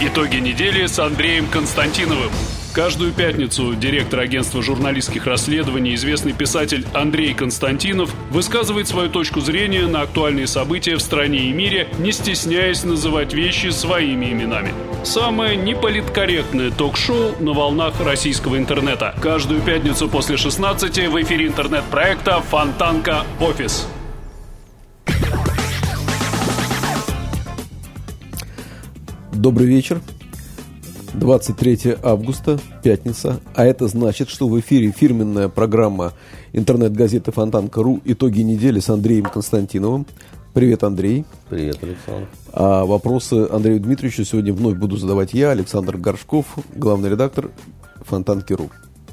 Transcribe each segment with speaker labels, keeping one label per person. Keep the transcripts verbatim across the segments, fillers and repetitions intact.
Speaker 1: Итоги недели с Андреем Константиновым. Каждую пятницу директор агентства журналистских расследований, известный писатель Андрей Константинов, высказывает свою точку зрения на актуальные события в стране и мире, не стесняясь называть вещи своими именами. Самое неполиткорректное ток-шоу на волнах российского интернета. Каждую пятницу после шестнадцати в эфире интернет-проекта «Фонтанка Офис».
Speaker 2: Добрый вечер. двадцать третьего августа, пятница. А это значит, что в эфире фирменная программа интернет-газеты «Фонтанка.ру» «Итоги недели» с Андреем Константиновым. Привет, Андрей.
Speaker 3: Привет, Александр.
Speaker 2: А вопросы Андрею Дмитриевичу сегодня вновь буду задавать я, Александр Горшков, главный редактор «Фонтанки.ру».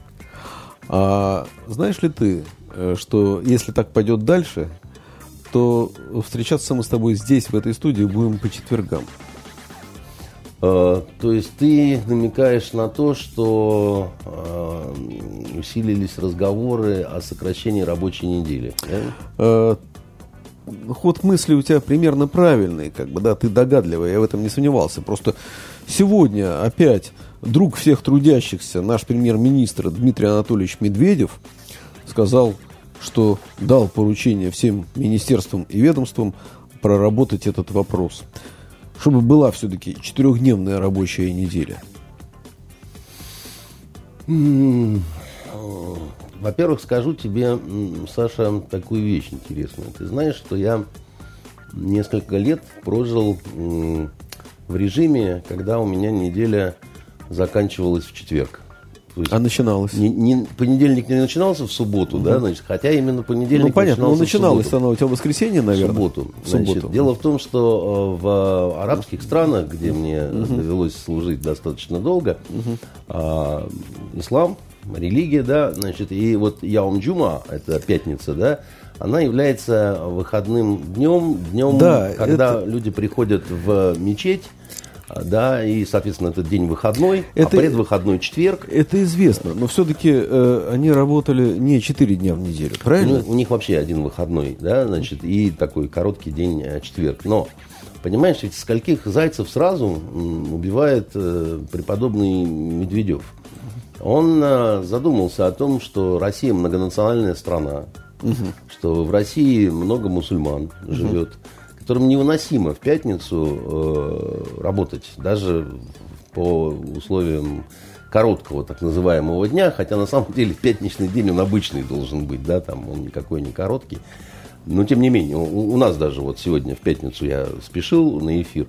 Speaker 2: А знаешь ли ты, что если так пойдет дальше, то встречаться мы с тобой здесь, в этой студии, будем по четвергам?
Speaker 3: Uh, то есть ты намекаешь на то, что uh, усилились разговоры о сокращении рабочей недели.
Speaker 2: Uh, ход мысли у тебя примерно правильный, как бы, да, ты догадливый, я в этом не сомневался. Просто сегодня опять друг всех трудящихся, наш премьер-министр Дмитрий Анатольевич Медведев, сказал, что дал поручение всем министерствам и ведомствам проработать этот вопрос, чтобы была все-таки четырехдневная рабочая неделя.
Speaker 3: Во-первых, скажу тебе, Саша, такую вещь интересную. Ты знаешь, что я несколько лет прожил в режиме, когда у меня неделя заканчивалась в четверг.
Speaker 2: А начиналось?
Speaker 3: Не, не, понедельник не начинался в субботу, угу. да, значит, хотя именно понедельник
Speaker 2: ну, понятно,
Speaker 3: начинался
Speaker 2: но начиналось
Speaker 3: в субботу.
Speaker 2: Оно у тебя в воскресенье, наверное?
Speaker 3: В субботу.
Speaker 2: В субботу.
Speaker 3: Значит, дело в том, что в арабских странах, где мне
Speaker 2: угу.
Speaker 3: довелось служить достаточно долго,
Speaker 2: угу.
Speaker 3: а, ислам, религия, да, значит, и вот Яум Джума, это пятница, да, она является выходным днем, днем,
Speaker 2: да,
Speaker 3: когда
Speaker 2: это...
Speaker 3: люди приходят в мечеть. Да, и, соответственно, этот день выходной,
Speaker 2: это,
Speaker 3: а предвыходной четверг.
Speaker 2: Это известно, но все-таки э, они работали не четыре дня в неделю, правильно?
Speaker 3: У, у них вообще один выходной, да, значит, и такой короткий день четверг. Но, понимаешь, ведь скольких зайцев сразу убивает э, преподобный Медведев? Он э, задумался о том, что Россия многонациональная страна, угу. что в России много мусульман угу. живет, которым невыносимо в пятницу э, работать, даже по условиям короткого так называемого дня, хотя на самом деле пятничный день он обычный должен быть, да, там он никакой не короткий. Но тем не менее, у, у нас даже вот сегодня в пятницу я спешил на эфир,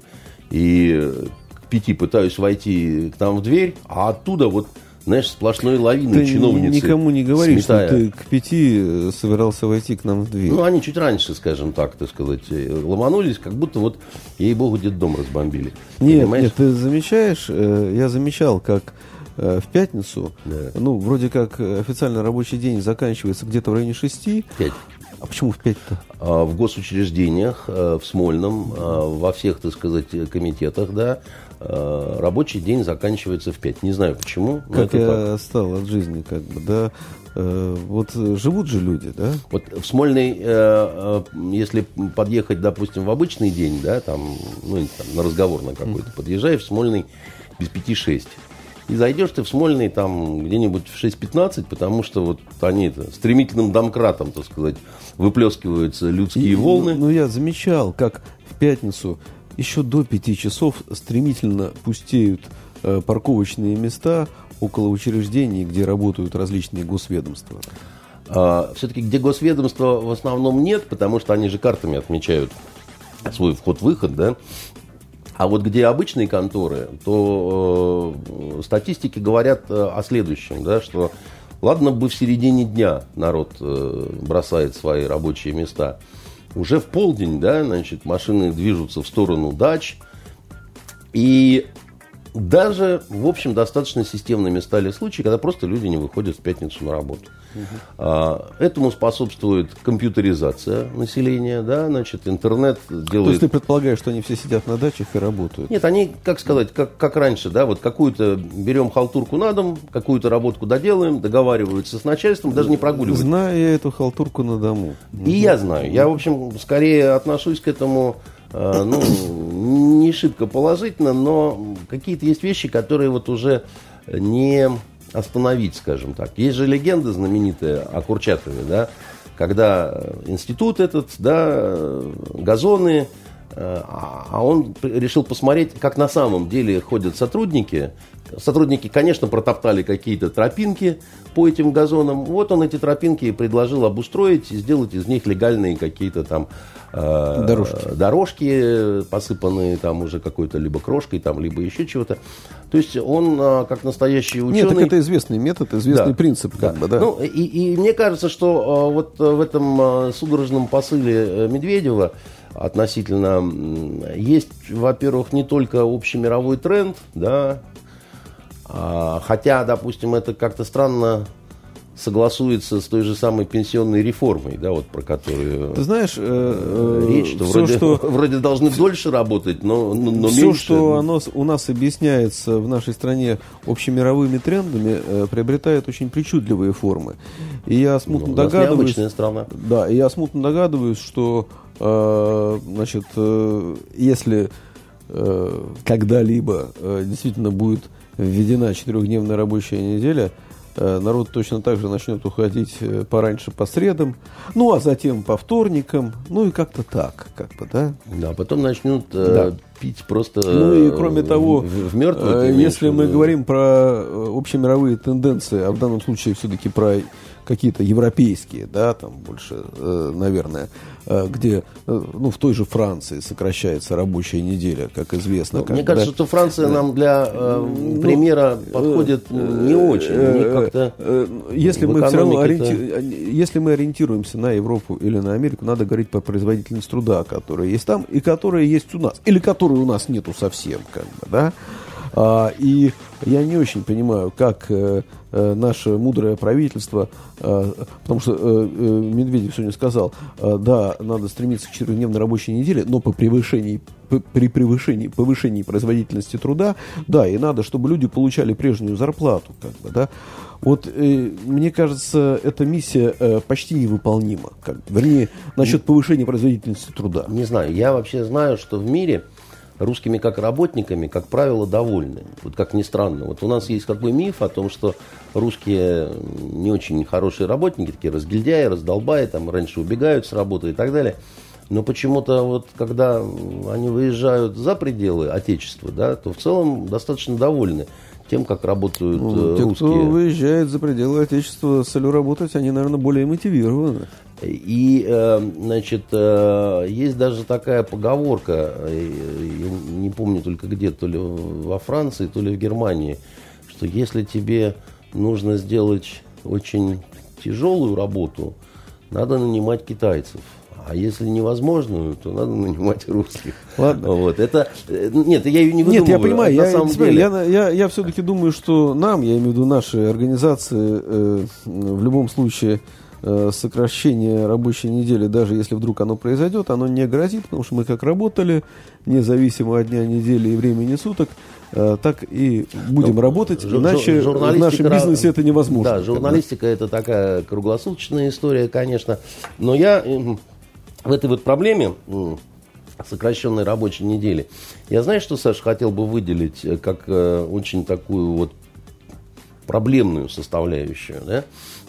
Speaker 3: и к пяти пытаюсь войти к нам в дверь, а оттуда вот, знаешь, сплошной лавиной чиновницы.
Speaker 2: Ты никому не говоришь,
Speaker 3: сметая.
Speaker 2: Что ты к пяти собирался войти к нам в дверь.
Speaker 3: Ну, они чуть раньше, скажем так, так сказать, ломанулись, как будто вот, ей-богу, детдом разбомбили.
Speaker 2: Нет,
Speaker 3: понимаешь?
Speaker 2: Нет, ты замечаешь, я замечал, как в пятницу,
Speaker 3: да.
Speaker 2: ну, вроде как официально рабочий день заканчивается где-то в районе шести.
Speaker 3: Пять.
Speaker 2: А почему в пять-то?
Speaker 3: В госучреждениях, в Смольном, во всех, так сказать, комитетах, да, рабочий день заканчивается в пять. Не знаю почему.
Speaker 2: Как я стал от жизни, как бы, да. Вот живут же люди, да?
Speaker 3: Вот в Смольный, если подъехать, допустим, в обычный день, да, там, ну, там, на разговор на какой-то, подъезжаешь в Смольный без пяти шесть. И зайдешь ты в Смольный там где-нибудь в шесть пятнадцать, потому что вот они это, стремительным домкратом, так сказать, выплескиваются людские и, волны.
Speaker 2: Ну, я замечал, как в пятницу еще до пяти часов стремительно пустеют э, парковочные места около учреждений, где работают различные госведомства.
Speaker 3: А, все-таки где госведомства в основном нет, потому что они же картами отмечают свой вход-выход, да. А вот где обычные конторы, то э, статистики говорят э, о следующем, да, что ладно бы в середине дня народ э, бросает свои рабочие места. Уже в полдень, да, значит, машины движутся в сторону дач. И даже, в общем, достаточно системными стали случаи, когда просто люди не выходят в пятницу на работу. Угу. А, этому способствует компьютеризация населения, да, значит, интернет делает...
Speaker 2: То есть ты предполагаешь, что они все сидят на дачах и работают?
Speaker 3: Нет, они, как сказать, как, как раньше, да, вот какую-то берем халтурку на дом, какую-то работку доделаем, договариваются с начальством, даже не прогуливают.
Speaker 2: Знаю я эту халтурку на дому.
Speaker 3: И угу. я знаю. Я, в общем, скорее отношусь к этому... Ну, не не шибко положительно, но какие-то есть вещи, которые вот уже не остановить, скажем так. Есть же легенда знаменитая о Курчатове, да, когда институт этот, да, газоны, а он решил посмотреть, как на самом деле ходят сотрудники. Сотрудники, конечно, протоптали какие-то тропинки по этим газонам. Вот он эти тропинки предложил обустроить и сделать из них легальные какие-то там э,
Speaker 2: дорожки.
Speaker 3: дорожки, посыпанные там уже какой-то либо крошкой, там, либо еще чего-то. То есть он, э, как настоящий ученый...
Speaker 2: Нет, так это известный метод, известный да, принцип. Как
Speaker 3: да.
Speaker 2: бы, да.
Speaker 3: Ну, и, и мне кажется, что э, вот в этом э, судорожном посыле Медведева относительно есть, во-первых, не только общемировой тренд, да, а, хотя, допустим, это как-то странно согласуется с той же самой пенсионной реформой, да, вот про которую
Speaker 2: ты знаешь, э,
Speaker 3: речь, что,
Speaker 2: все,
Speaker 3: вроде,
Speaker 2: что
Speaker 3: вроде должны дольше работать, но, но
Speaker 2: все,
Speaker 3: меньше.
Speaker 2: что оно, у нас объясняется в нашей стране общемировыми трендами, э, приобретает очень причудливые формы. И я смутно
Speaker 3: ну, у нас
Speaker 2: догадываюсь,
Speaker 3: необычная страна.
Speaker 2: Да, и я смутно догадываюсь, что э, значит, э, если э, когда-либо э, действительно будет введена четырехдневная рабочая неделя, народ точно так же начнет уходить пораньше по средам, ну, а затем по вторникам, ну, и как-то так, как бы, да.
Speaker 3: Да, потом начнут
Speaker 2: да.
Speaker 3: э, пить просто
Speaker 2: ну, и кроме того,
Speaker 3: в, в мертвых.
Speaker 2: э, если мы говорим про общемировые тенденции, а в данном случае все-таки про какие-то европейские, да, там больше, э, наверное, э, где, э, ну, в той же Франции сокращается рабочая неделя, как известно.
Speaker 3: Ну,
Speaker 2: как
Speaker 3: мне
Speaker 2: бы,
Speaker 3: кажется,
Speaker 2: да.
Speaker 3: что Франция нам для э,
Speaker 2: ну,
Speaker 3: примера подходит э, не очень.
Speaker 2: Э,
Speaker 3: как-то
Speaker 2: э, если, мы все равно ориенти... если мы ориентируемся на Европу или на Америку, надо говорить про производительность труда, которая есть там и которая есть у нас, или которой у нас нету совсем, как бы, да. А, и я не очень понимаю, как э, э, наше мудрое правительство, э, потому что э, э, Медведев сегодня сказал, э, да, надо стремиться к четырехдневной рабочей неделе, но по превышении, по, при превышении, повышении производительности труда, да, и надо, чтобы люди получали прежнюю зарплату, как бы, да. Вот, э, мне кажется, эта миссия э, почти невыполнима. Как, вернее, насчет повышения производительности труда.
Speaker 3: Не знаю, я вообще знаю, что в мире русскими как работниками, как правило, довольны. Вот как ни странно. Вот у нас есть такой миф о том, что русские не очень хорошие работники, такие разгильдяи, раздолбаи, там раньше убегают с работы и так далее. Но почему-то вот когда они выезжают за пределы Отечества, да, то в целом достаточно довольны тем, как работают ну,
Speaker 2: те,
Speaker 3: русские.
Speaker 2: Кто выезжает за пределы Отечества с целью работать, они, наверное, более мотивированы.
Speaker 3: И, значит, есть даже такая поговорка, я не помню только где, то ли во Франции, то ли в Германии, что если тебе нужно сделать очень тяжелую работу, надо нанимать китайцев. А если невозможную, то надо нанимать русских.
Speaker 2: Ладно.
Speaker 3: Вот. Это, нет, я ее не выдумываю.
Speaker 2: Нет, я понимаю.
Speaker 3: На
Speaker 2: я,
Speaker 3: самом
Speaker 2: смотри,
Speaker 3: деле.
Speaker 2: я, я, я все-таки думаю, что нам, я имею в виду наши организации, э, в любом случае э, сокращение рабочей недели, даже если вдруг оно произойдет, оно не грозит, потому что мы как работали, независимо от дня недели и времени суток, э, так и будем ну, работать, жур, иначе в нашем бизнесе это невозможно.
Speaker 3: Да, журналистика это такая круглосуточная история, конечно. Но я... В этой вот проблеме сокращенной рабочей недели, я, знаешь, что, Саша, хотел бы выделить как э, очень такую вот проблемную составляющую, да?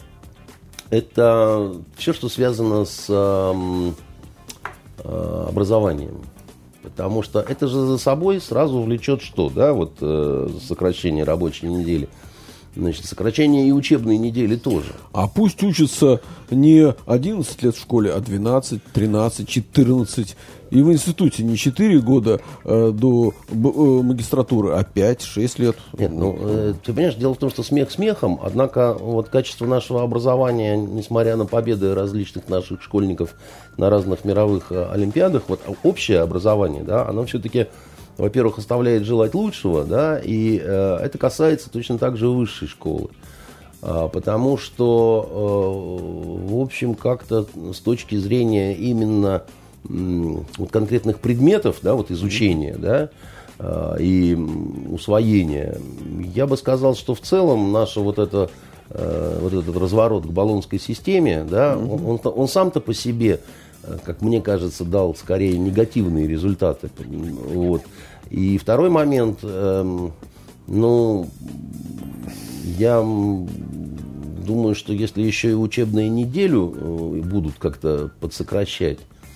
Speaker 3: Это все, что связано с э, э, образованием. Потому что это же за собой сразу влечет что, да, вот э, сокращение рабочей недели. Значит, сокращение и учебной недели тоже.
Speaker 2: А пусть учатся не одиннадцать лет в школе, а двенадцать, тринадцать, четырнадцать. И в институте не четыре года э, до э, магистратуры, а пять-шесть лет.
Speaker 3: Нет, ну, э, ты понимаешь, дело в том, что смех смехом, однако вот качество нашего образования, несмотря на победы различных наших школьников на разных мировых э, олимпиадах, вот общее образование, да, оно все-таки... Во-первых, оставляет желать лучшего, да, и э, это касается точно так же высшей школы. А, потому что, э, в общем, как-то с точки зрения именно м, вот конкретных предметов, да, вот изучения, да, э, и усвоения, я бы сказал, что в целом наша вот это, э, вот этот разворот к болонской системе, да, mm-hmm. он, он, он сам-то по себе, как мне кажется, дал скорее негативные результаты. Вот. И второй момент, э, ну, я думаю, что если еще и учебную неделю э, будут как-то подсокращать,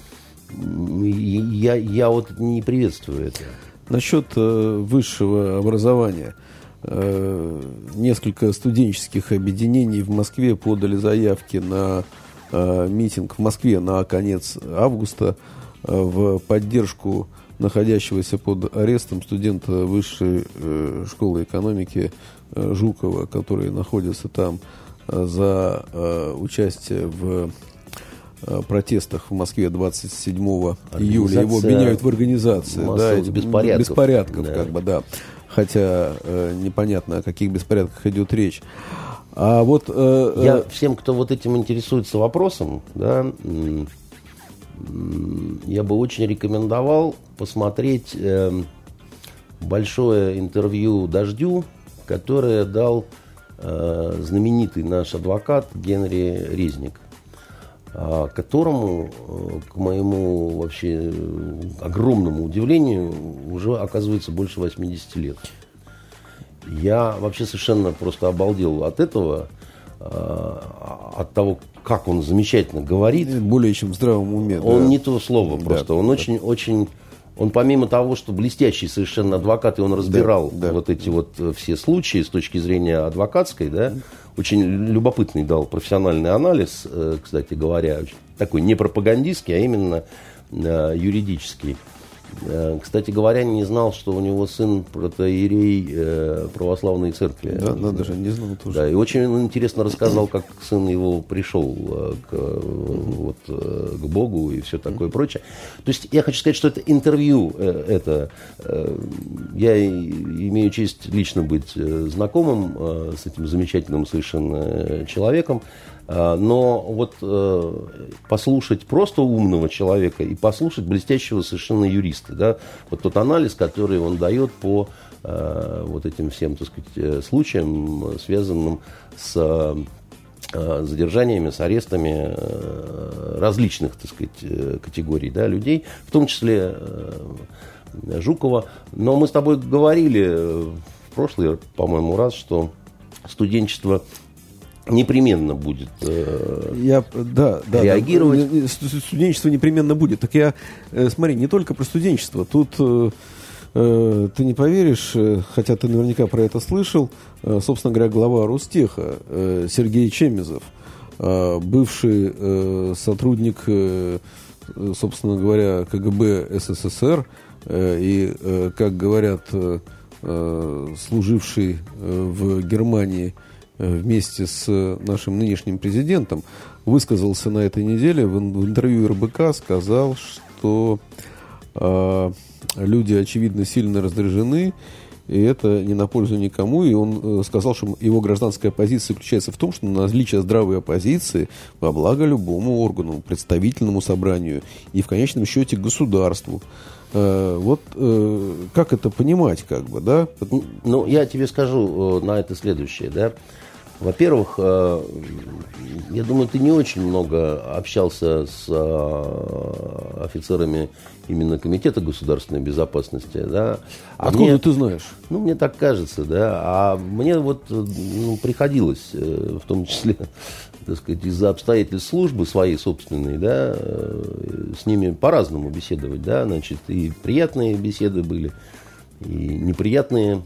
Speaker 3: я, я вот не приветствую это.
Speaker 2: Насчет э, высшего образования. Э, несколько студенческих объединений в Москве подали заявки на э, митинг в Москве на конец августа э, в поддержку находящегося под арестом студента Высшей э, школы экономики э, Жукова, который находится там э, за э, участие в э, протестах в Москве двадцать седьмого июля. Его обвиняют в организации да,
Speaker 3: беспорядков,
Speaker 2: беспорядков
Speaker 3: да.
Speaker 2: как бы, да. Хотя э, непонятно, о каких беспорядках идет речь. А вот э,
Speaker 3: я
Speaker 2: э,
Speaker 3: всем, кто вот этим интересуется вопросом, да, я бы очень рекомендовал посмотреть э, большое интервью «Дождю», которое дал э, знаменитый наш адвокат Генри Резник, э, которому, э, к моему вообще огромному удивлению, уже оказывается больше восьмидесяти лет. Я вообще совершенно просто обалдел от этого, э, от того, как он замечательно говорит.
Speaker 2: Более чем в здравом уме.
Speaker 3: Он
Speaker 2: да.
Speaker 3: не то слово просто. Да, он да. очень, очень, он помимо того, что блестящий совершенно адвокат, и он разбирал да, да. вот эти вот все случаи с точки зрения адвокатской, да, очень любопытный дал профессиональный анализ, кстати говоря, такой не пропагандистский, а именно юридический. Кстати говоря, не знал, что у него сын протоиерей э, православной церкви.
Speaker 2: Да, надо же, не знал тоже.
Speaker 3: Да, и очень интересно рассказал, как сын его пришел э, к, э, вот, э, к Богу и все такое прочее. То есть я хочу сказать, что это интервью, э, это, э, я имею честь лично быть э, знакомым э, с этим замечательным совершенно человеком. Но вот э, послушать просто умного человека и послушать блестящего совершенно юриста, да, вот тот анализ, который он дает по э, вот этим всем, так сказать, случаям, связанным с э, задержаниями, с арестами э, различных, так сказать, категорий, да, людей, в том числе э, Жукова. Но мы с тобой говорили в прошлый, по-моему, раз, что студенчество непременно будет э,
Speaker 2: я, да, да,
Speaker 3: реагировать.
Speaker 2: Да, студенчество непременно будет. Так я, э, смотри, не только про студенчество. Тут э, э, ты не поверишь, э, хотя ты наверняка про это слышал, э, собственно говоря, глава Ростеха э, Сергей Чемезов, э, бывший э, сотрудник, э, собственно говоря, ка гэ бэ эс эс эс эр э, и, э, как говорят, э, служивший э, в Германии вместе с нашим нынешним президентом, высказался на этой неделе в интервью эр бэ ка, сказал, что э, люди, очевидно, сильно раздражены, и это не на пользу никому. И он э, сказал, что его гражданская позиция заключается в том, что наличие здравой оппозиции во благо любому органу, представительному собранию и, в конечном счете, государству. Э, вот э, как это понимать, как бы, да?
Speaker 3: Ну, я тебе скажу на это следующее, да. Во-первых, я думаю, ты не очень много общался с офицерами именно Комитета государственной безопасности, да.
Speaker 2: А Откуда мне, ты знаешь?
Speaker 3: Ну, мне так кажется, да. А мне вот ну, приходилось, в том числе, так сказать, из-за обстоятельств службы своей собственной, да, с ними по-разному беседовать, да. Значит, и приятные беседы были, и неприятные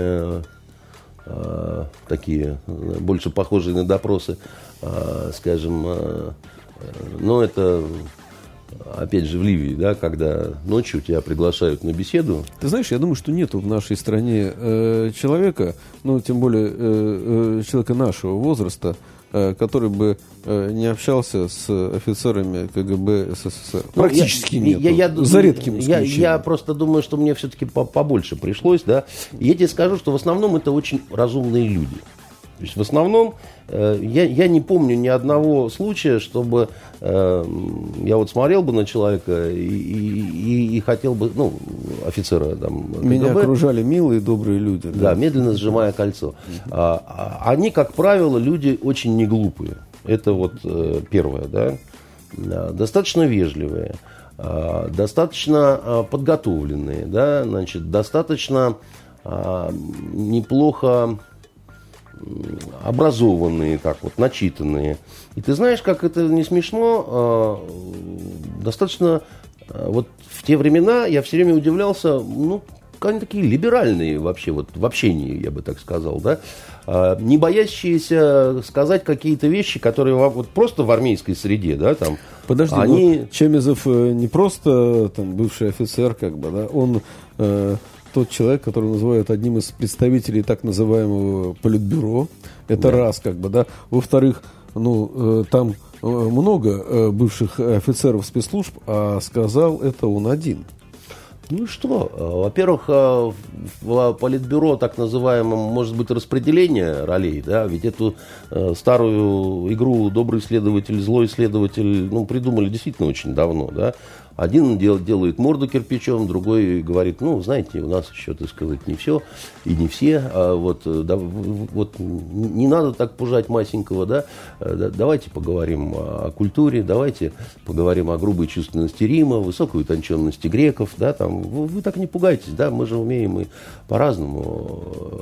Speaker 3: такие, больше похожие на допросы, скажем, но это, опять же, в Ливии, да, когда ночью тебя приглашают на беседу.
Speaker 2: Ты знаешь, я думаю, что нету в нашей стране э, человека, ну, тем более э, э, человека нашего возраста, э, который бы э, не общался с офицерами ка гэ бэ эс эс эс эр.
Speaker 3: Ну,
Speaker 2: практически нет.
Speaker 3: За редким исключением. Я, я просто думаю, что мне все-таки побольше пришлось, да. И я тебе скажу, что в основном это очень разумные люди. То есть в основном э, я, я не помню ни одного случая, чтобы э, я вот смотрел бы на человека и, и, и, и хотел бы, ну, офицера там ка гэ бэ.
Speaker 2: Меня окружали милые, добрые люди.
Speaker 3: Да, да, медленно сжимая кольцо. Uh-huh. А, а, они, как правило, люди очень неглупые. Это вот э, первое, да. Да, достаточно вежливые. э, достаточно э, подготовленные, да, значит, достаточно э, неплохо образованные, так вот, начитанные. И ты знаешь, как это не смешно, э, достаточно э, вот в те времена я все время удивлялся, ну, они такие либеральные вообще, вот в общении, я бы так сказал, да, э, не боящиеся сказать какие-то вещи, которые вот просто в армейской среде, да, там.
Speaker 2: Подожди,
Speaker 3: они...
Speaker 2: но Чемезов не просто там бывший офицер, как бы, да, он э, тот человек, который называют одним из представителей так называемого политбюро. Это да. раз, как бы, да. Во-вторых, ну, э, там э, много э, бывших офицеров спецслужб, а сказал это он один.
Speaker 3: Ну что, во-первых, в политбюро так называемом может быть распределение ролей, да, ведь эту старую игру «добрый следователь, злой следователь», ну, придумали действительно очень давно, да. Один дел, делает морду кирпичом, другой говорит, ну, знаете, у нас еще, так сказать, не все и не все, а вот, да, вот не надо так пужать Масенького, да, давайте поговорим о культуре, давайте поговорим о грубой чувственности Рима, высокой утонченности греков, да, там, вы, вы так не пугайтесь, да, мы же умеем и по-разному.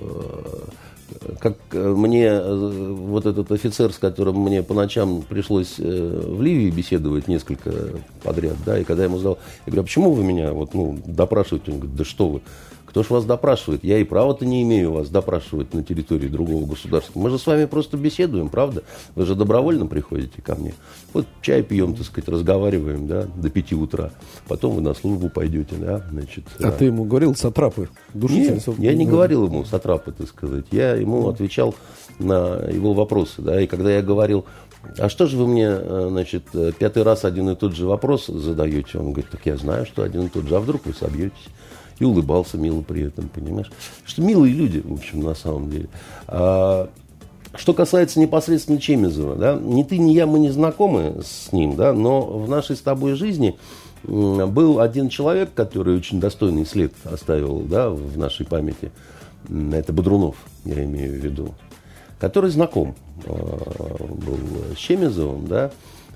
Speaker 3: Как мне вот этот офицер, с которым мне по ночам пришлось в Ливии беседовать несколько подряд, да, и когда я ему сказал, я говорю, а почему вы меня вот, ну, допрашиваете? Он говорит, да что вы, кто ж вас допрашивает? Я и права-то не имею вас допрашивать на территории другого государства. Мы же с вами просто беседуем, правда? Вы же добровольно приходите ко мне. Вот чай пьем, так сказать, разговариваем, да, до пяти утра. Потом вы на службу пойдете, да, значит.
Speaker 2: А да. Ты ему говорил сатрапы?
Speaker 3: Нет, я не говорил ему сатрапы, так сказать. Я ему отвечал на его вопросы, да, и когда я говорил, а что же вы мне, значит, пятый раз один и тот же вопрос задаете? Он говорит, так я знаю, что один и тот же, а вдруг вы собьетесь? И улыбался мило при этом, понимаешь? Что милые люди, в общем, на самом деле. А, что касается непосредственно Чемезова, да, ни ты, ни я, мы не знакомы с ним, да, но в нашей с тобой жизни был один человек, который очень достойный след оставил, да, в нашей памяти. Это Бодрунов, я имею в виду, который знаком был с Чемезовым, да.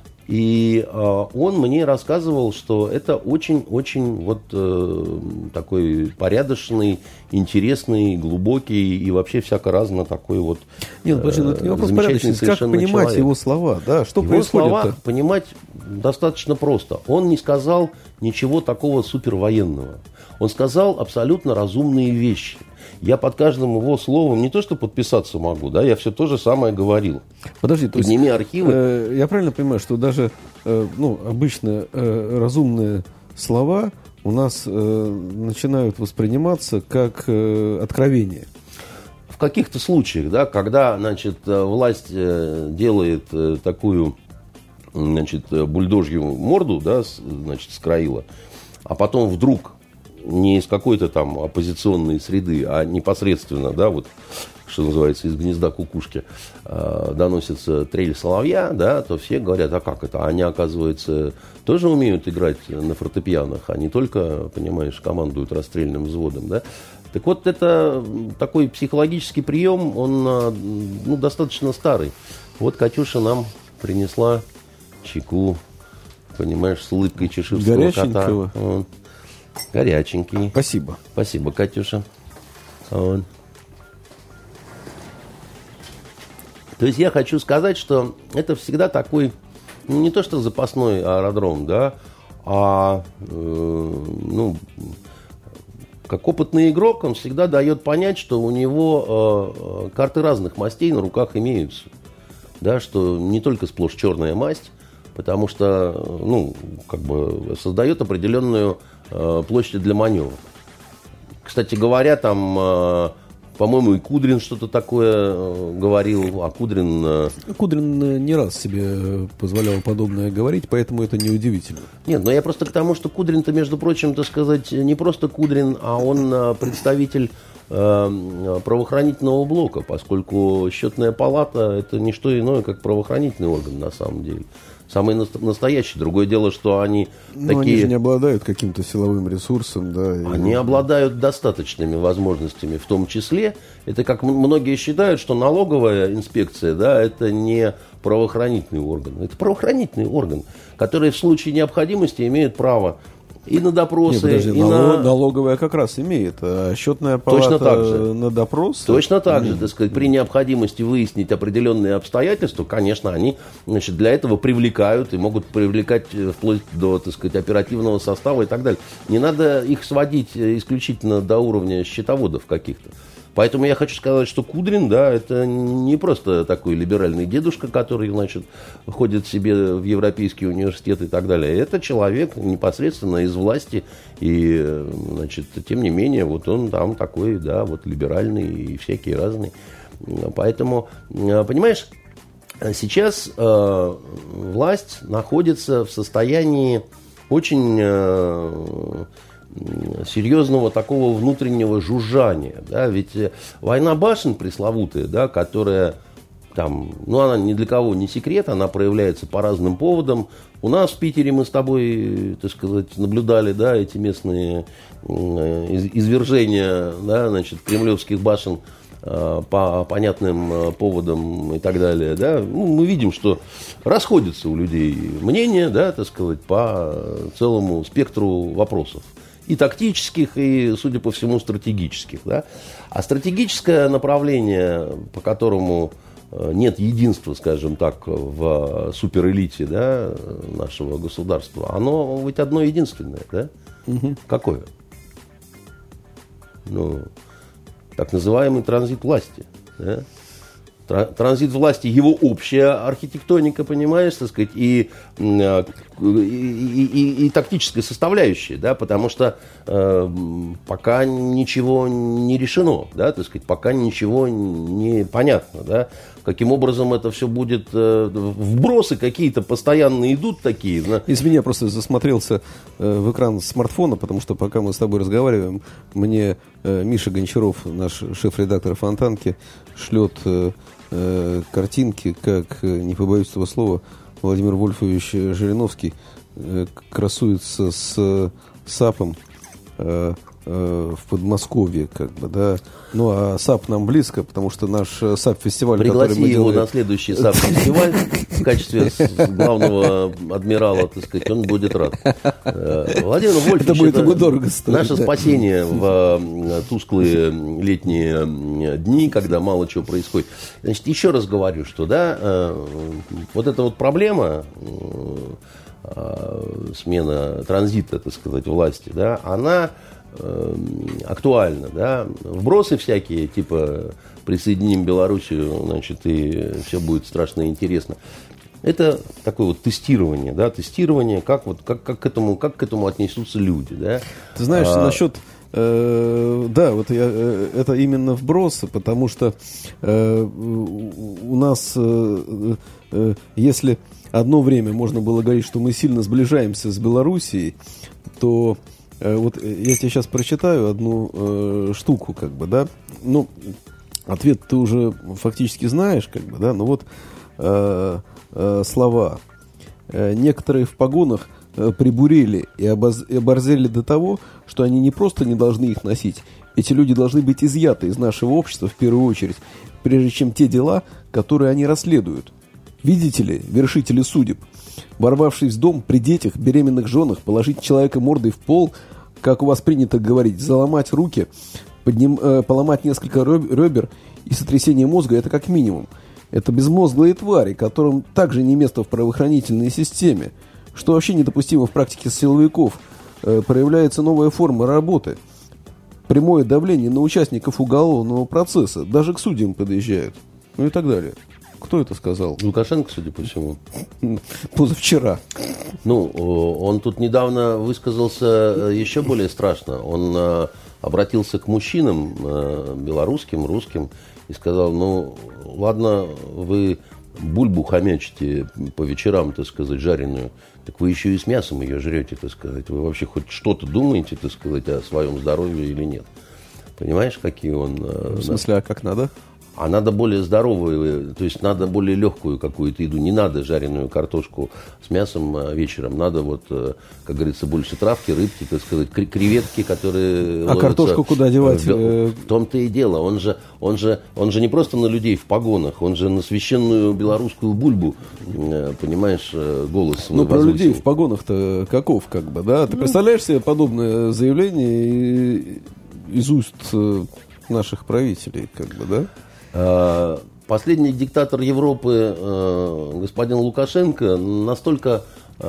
Speaker 3: И э, он мне рассказывал, что это очень-очень вот э, такой порядочный, интересный, глубокий и вообще всяко-разно такой вот э,
Speaker 2: Нет, подожди, ну это не вопрос порядочности. Как понимать
Speaker 3: человек.
Speaker 2: Его слова? Да? Что
Speaker 3: его
Speaker 2: происходит?
Speaker 3: Слова понимать достаточно просто. Он не сказал ничего такого супервоенного. Он сказал абсолютно разумные вещи. Я под каждым его словом не то что подписаться могу, да, я все то же самое говорил.
Speaker 2: Подожди, то
Speaker 3: Подними
Speaker 2: есть,
Speaker 3: архивы.
Speaker 2: Э, я правильно понимаю, что даже э, ну, обычно э, разумные слова у нас э, начинают восприниматься как э, откровение?
Speaker 3: В каких-то случаях, да, когда, значит, власть делает такую, значит, бульдожью морду, да, значит, скроила, а потом вдруг не из какой-то там оппозиционной среды, а непосредственно, да, вот, что называется, из гнезда кукушки э, доносится трель соловья, да, то все говорят, а как это? Они, оказывается, тоже умеют играть на фортепианах, а не только, понимаешь, командуют расстрельным взводом, да. Так вот, это такой психологический прием, он, ну, достаточно старый. Вот Катюша нам принесла чайку, понимаешь, с улыбкой чеширского кота. Вот. Горяченький.
Speaker 2: Спасибо.
Speaker 3: Спасибо, Катюша. Вот. То есть я хочу сказать, что это всегда такой, ну, не то что запасной аэродром, да, а э, ну, как опытный игрок, он всегда дает понять, что у него э, карты разных мастей на руках имеются. Да, что не только сплошь черная масть, потому что, ну, как бы создает определенную э, площадь для маневра. Кстати говоря, там, э, по-моему, и Кудрин что-то такое э, говорил, а Кудрин... Э...
Speaker 2: Кудрин не раз себе позволял подобное говорить, поэтому это неудивительно.
Speaker 3: Нет, но я просто к тому, что Кудрин-то, между прочим, так сказать, не просто Кудрин, а он э, представитель э, правоохранительного блока, поскольку счетная палата – это не что иное, как правоохранительный орган на самом деле. самые настоящие. Другое дело, что они
Speaker 2: Но
Speaker 3: такие...
Speaker 2: они же не обладают каким-то силовым ресурсом, да.
Speaker 3: Они и... обладают достаточными возможностями, в том числе. Это как многие считают, что налоговая инспекция, да, это не правоохранительный орган. Это правоохранительный орган, который в случае необходимости имеет право и на допросы,
Speaker 2: Нет, подожди,
Speaker 3: и
Speaker 2: налог,
Speaker 3: на...
Speaker 2: налоговая как раз имеет, а счетная палата
Speaker 3: Точно так же.
Speaker 2: На допрос.
Speaker 3: Точно так же, так сказать, при необходимости выяснить определенные обстоятельства, конечно, они, значит, для этого привлекают и могут привлекать вплоть до, так сказать, оперативного состава и так далее. Не надо их сводить исключительно до уровня счетоводов каких-то. Поэтому я хочу сказать, что Кудрин, да, это не просто такой либеральный дедушка, который, значит, ходит себе в европейский университет и так далее. Это человек непосредственно из власти, и, значит, тем не менее, вот он там такой, да, вот либеральный и всякие разные. Поэтому, понимаешь, сейчас э, власть находится в состоянии очень... Э, серьезного такого внутреннего жужжания, да, ведь война башен пресловутая, да, которая там, ну, она ни для кого не секрет, она проявляется по разным поводам. У нас в Питере мы с тобой, так сказать, наблюдали, да, эти местные извержения, да, значит, кремлевских башен по понятным поводам и так далее, да, ну, мы видим, что расходятся у людей мнения, да, так сказать, по целому спектру вопросов. И тактических, и, судя по всему, стратегических. Да? А стратегическое направление, по которому нет единства, скажем так, в суперэлите, да, нашего государства, оно ведь одно единственное. Да? Угу. Какое? Ну, так называемый транзит власти. Да? Транзит власти, его общая архитектоника, понимаешь, так сказать, и, и, и, и, и тактическая составляющая, да, потому что э, пока ничего не решено, да, так сказать, пока ничего не понятно, да, каким образом это все будет, э, вбросы какие-то постоянно идут такие. Да.
Speaker 2: Извини, я просто засмотрелся э, в экран смартфона, потому что пока мы с тобой разговариваем, мне э, Миша Гончаров, наш шеф-редактор Фонтанки, шлет э, э, картинки, как, э, не побоюсь этого слова, Владимир Вольфович Жириновский э, красуется с э, САПом э, э, в Подмосковье, как бы, да. Ну, а САП нам близко, потому что наш САП-фестиваль,
Speaker 3: пригласи
Speaker 2: который мы
Speaker 3: его
Speaker 2: делаем...
Speaker 3: на следующий САП-фестиваль в качестве главного адмирала, так сказать, он будет рад. Владимир Вольфович,
Speaker 2: это будет ему дорого стоить,
Speaker 3: наше
Speaker 2: да.
Speaker 3: спасение в тусклые летние дни, когда мало чего происходит. Значит, еще раз говорю, что, да, вот эта вот проблема, смена транзита, так сказать, власти, да, она актуально, да, вбросы всякие, типа присоединим Белоруссию, значит, и все будет страшно интересно. Это такое вот тестирование, да, тестирование, как вот как, как к этому, как к этому отнесутся люди, да.
Speaker 2: Ты знаешь,
Speaker 3: а,
Speaker 2: насчет, э, да, вот я, э, это именно вбросы, потому что э, у нас, э, э, если одно время можно было говорить, что мы сильно сближаемся с Белоруссией, то вот я тебе сейчас прочитаю одну э, штуку, как бы, да. Ну, ответ ты уже фактически знаешь, как бы, да. Но вот э, э, слова. Э, некоторые в погонах э, прибурели и, обоз... и оборзели до того, что они не просто не должны их носить. Эти люди должны быть изъяты из нашего общества в первую очередь, прежде чем те дела, которые они расследуют. Видите ли, вершители судеб, ворвавшись в дом при детях, беременных женах, положить человека мордой в пол, как у вас принято говорить, заломать руки, подним, э, поломать несколько ребер и сотрясение мозга, это как минимум. Это безмозглые твари, которым также не место в правоохранительной системе, что вообще недопустимо в практике силовиков. Э, проявляется новая форма работы. Прямое давление на участников уголовного процесса, даже к судьям подъезжают, ну и так далее. Кто это сказал?
Speaker 3: Лукашенко, судя по всему.
Speaker 2: Позавчера.
Speaker 3: Ну, он тут недавно высказался еще более страшно. Он обратился к мужчинам белорусским, русским и сказал, ну, ладно, вы бульбу хомячите по вечерам, так сказать, жареную, так вы еще и с мясом ее жрете, так сказать. Вы вообще хоть что-то думаете, так сказать, о своем здоровье или нет? Понимаешь, какие он...
Speaker 2: В смысле, а как надо?
Speaker 3: А надо более здоровую, то есть надо более легкую какую-то еду. Не надо жареную картошку с мясом вечером. Надо, вот, как говорится, больше травки, рыбки, так сказать, креветки, которые
Speaker 2: А картошку куда девать?
Speaker 3: В, в том-то и дело. Он же, он, же, он же не просто на людей в погонах, он же на священную белорусскую бульбу, понимаешь, голос свой
Speaker 2: Ну, про
Speaker 3: возвысил.
Speaker 2: людей в погонах-то каков, как бы, да? Ты ну, представляешь себе подобное заявление из уст наших правителей, как бы, да?
Speaker 3: Последний диктатор Европы, господин Лукашенко, настолько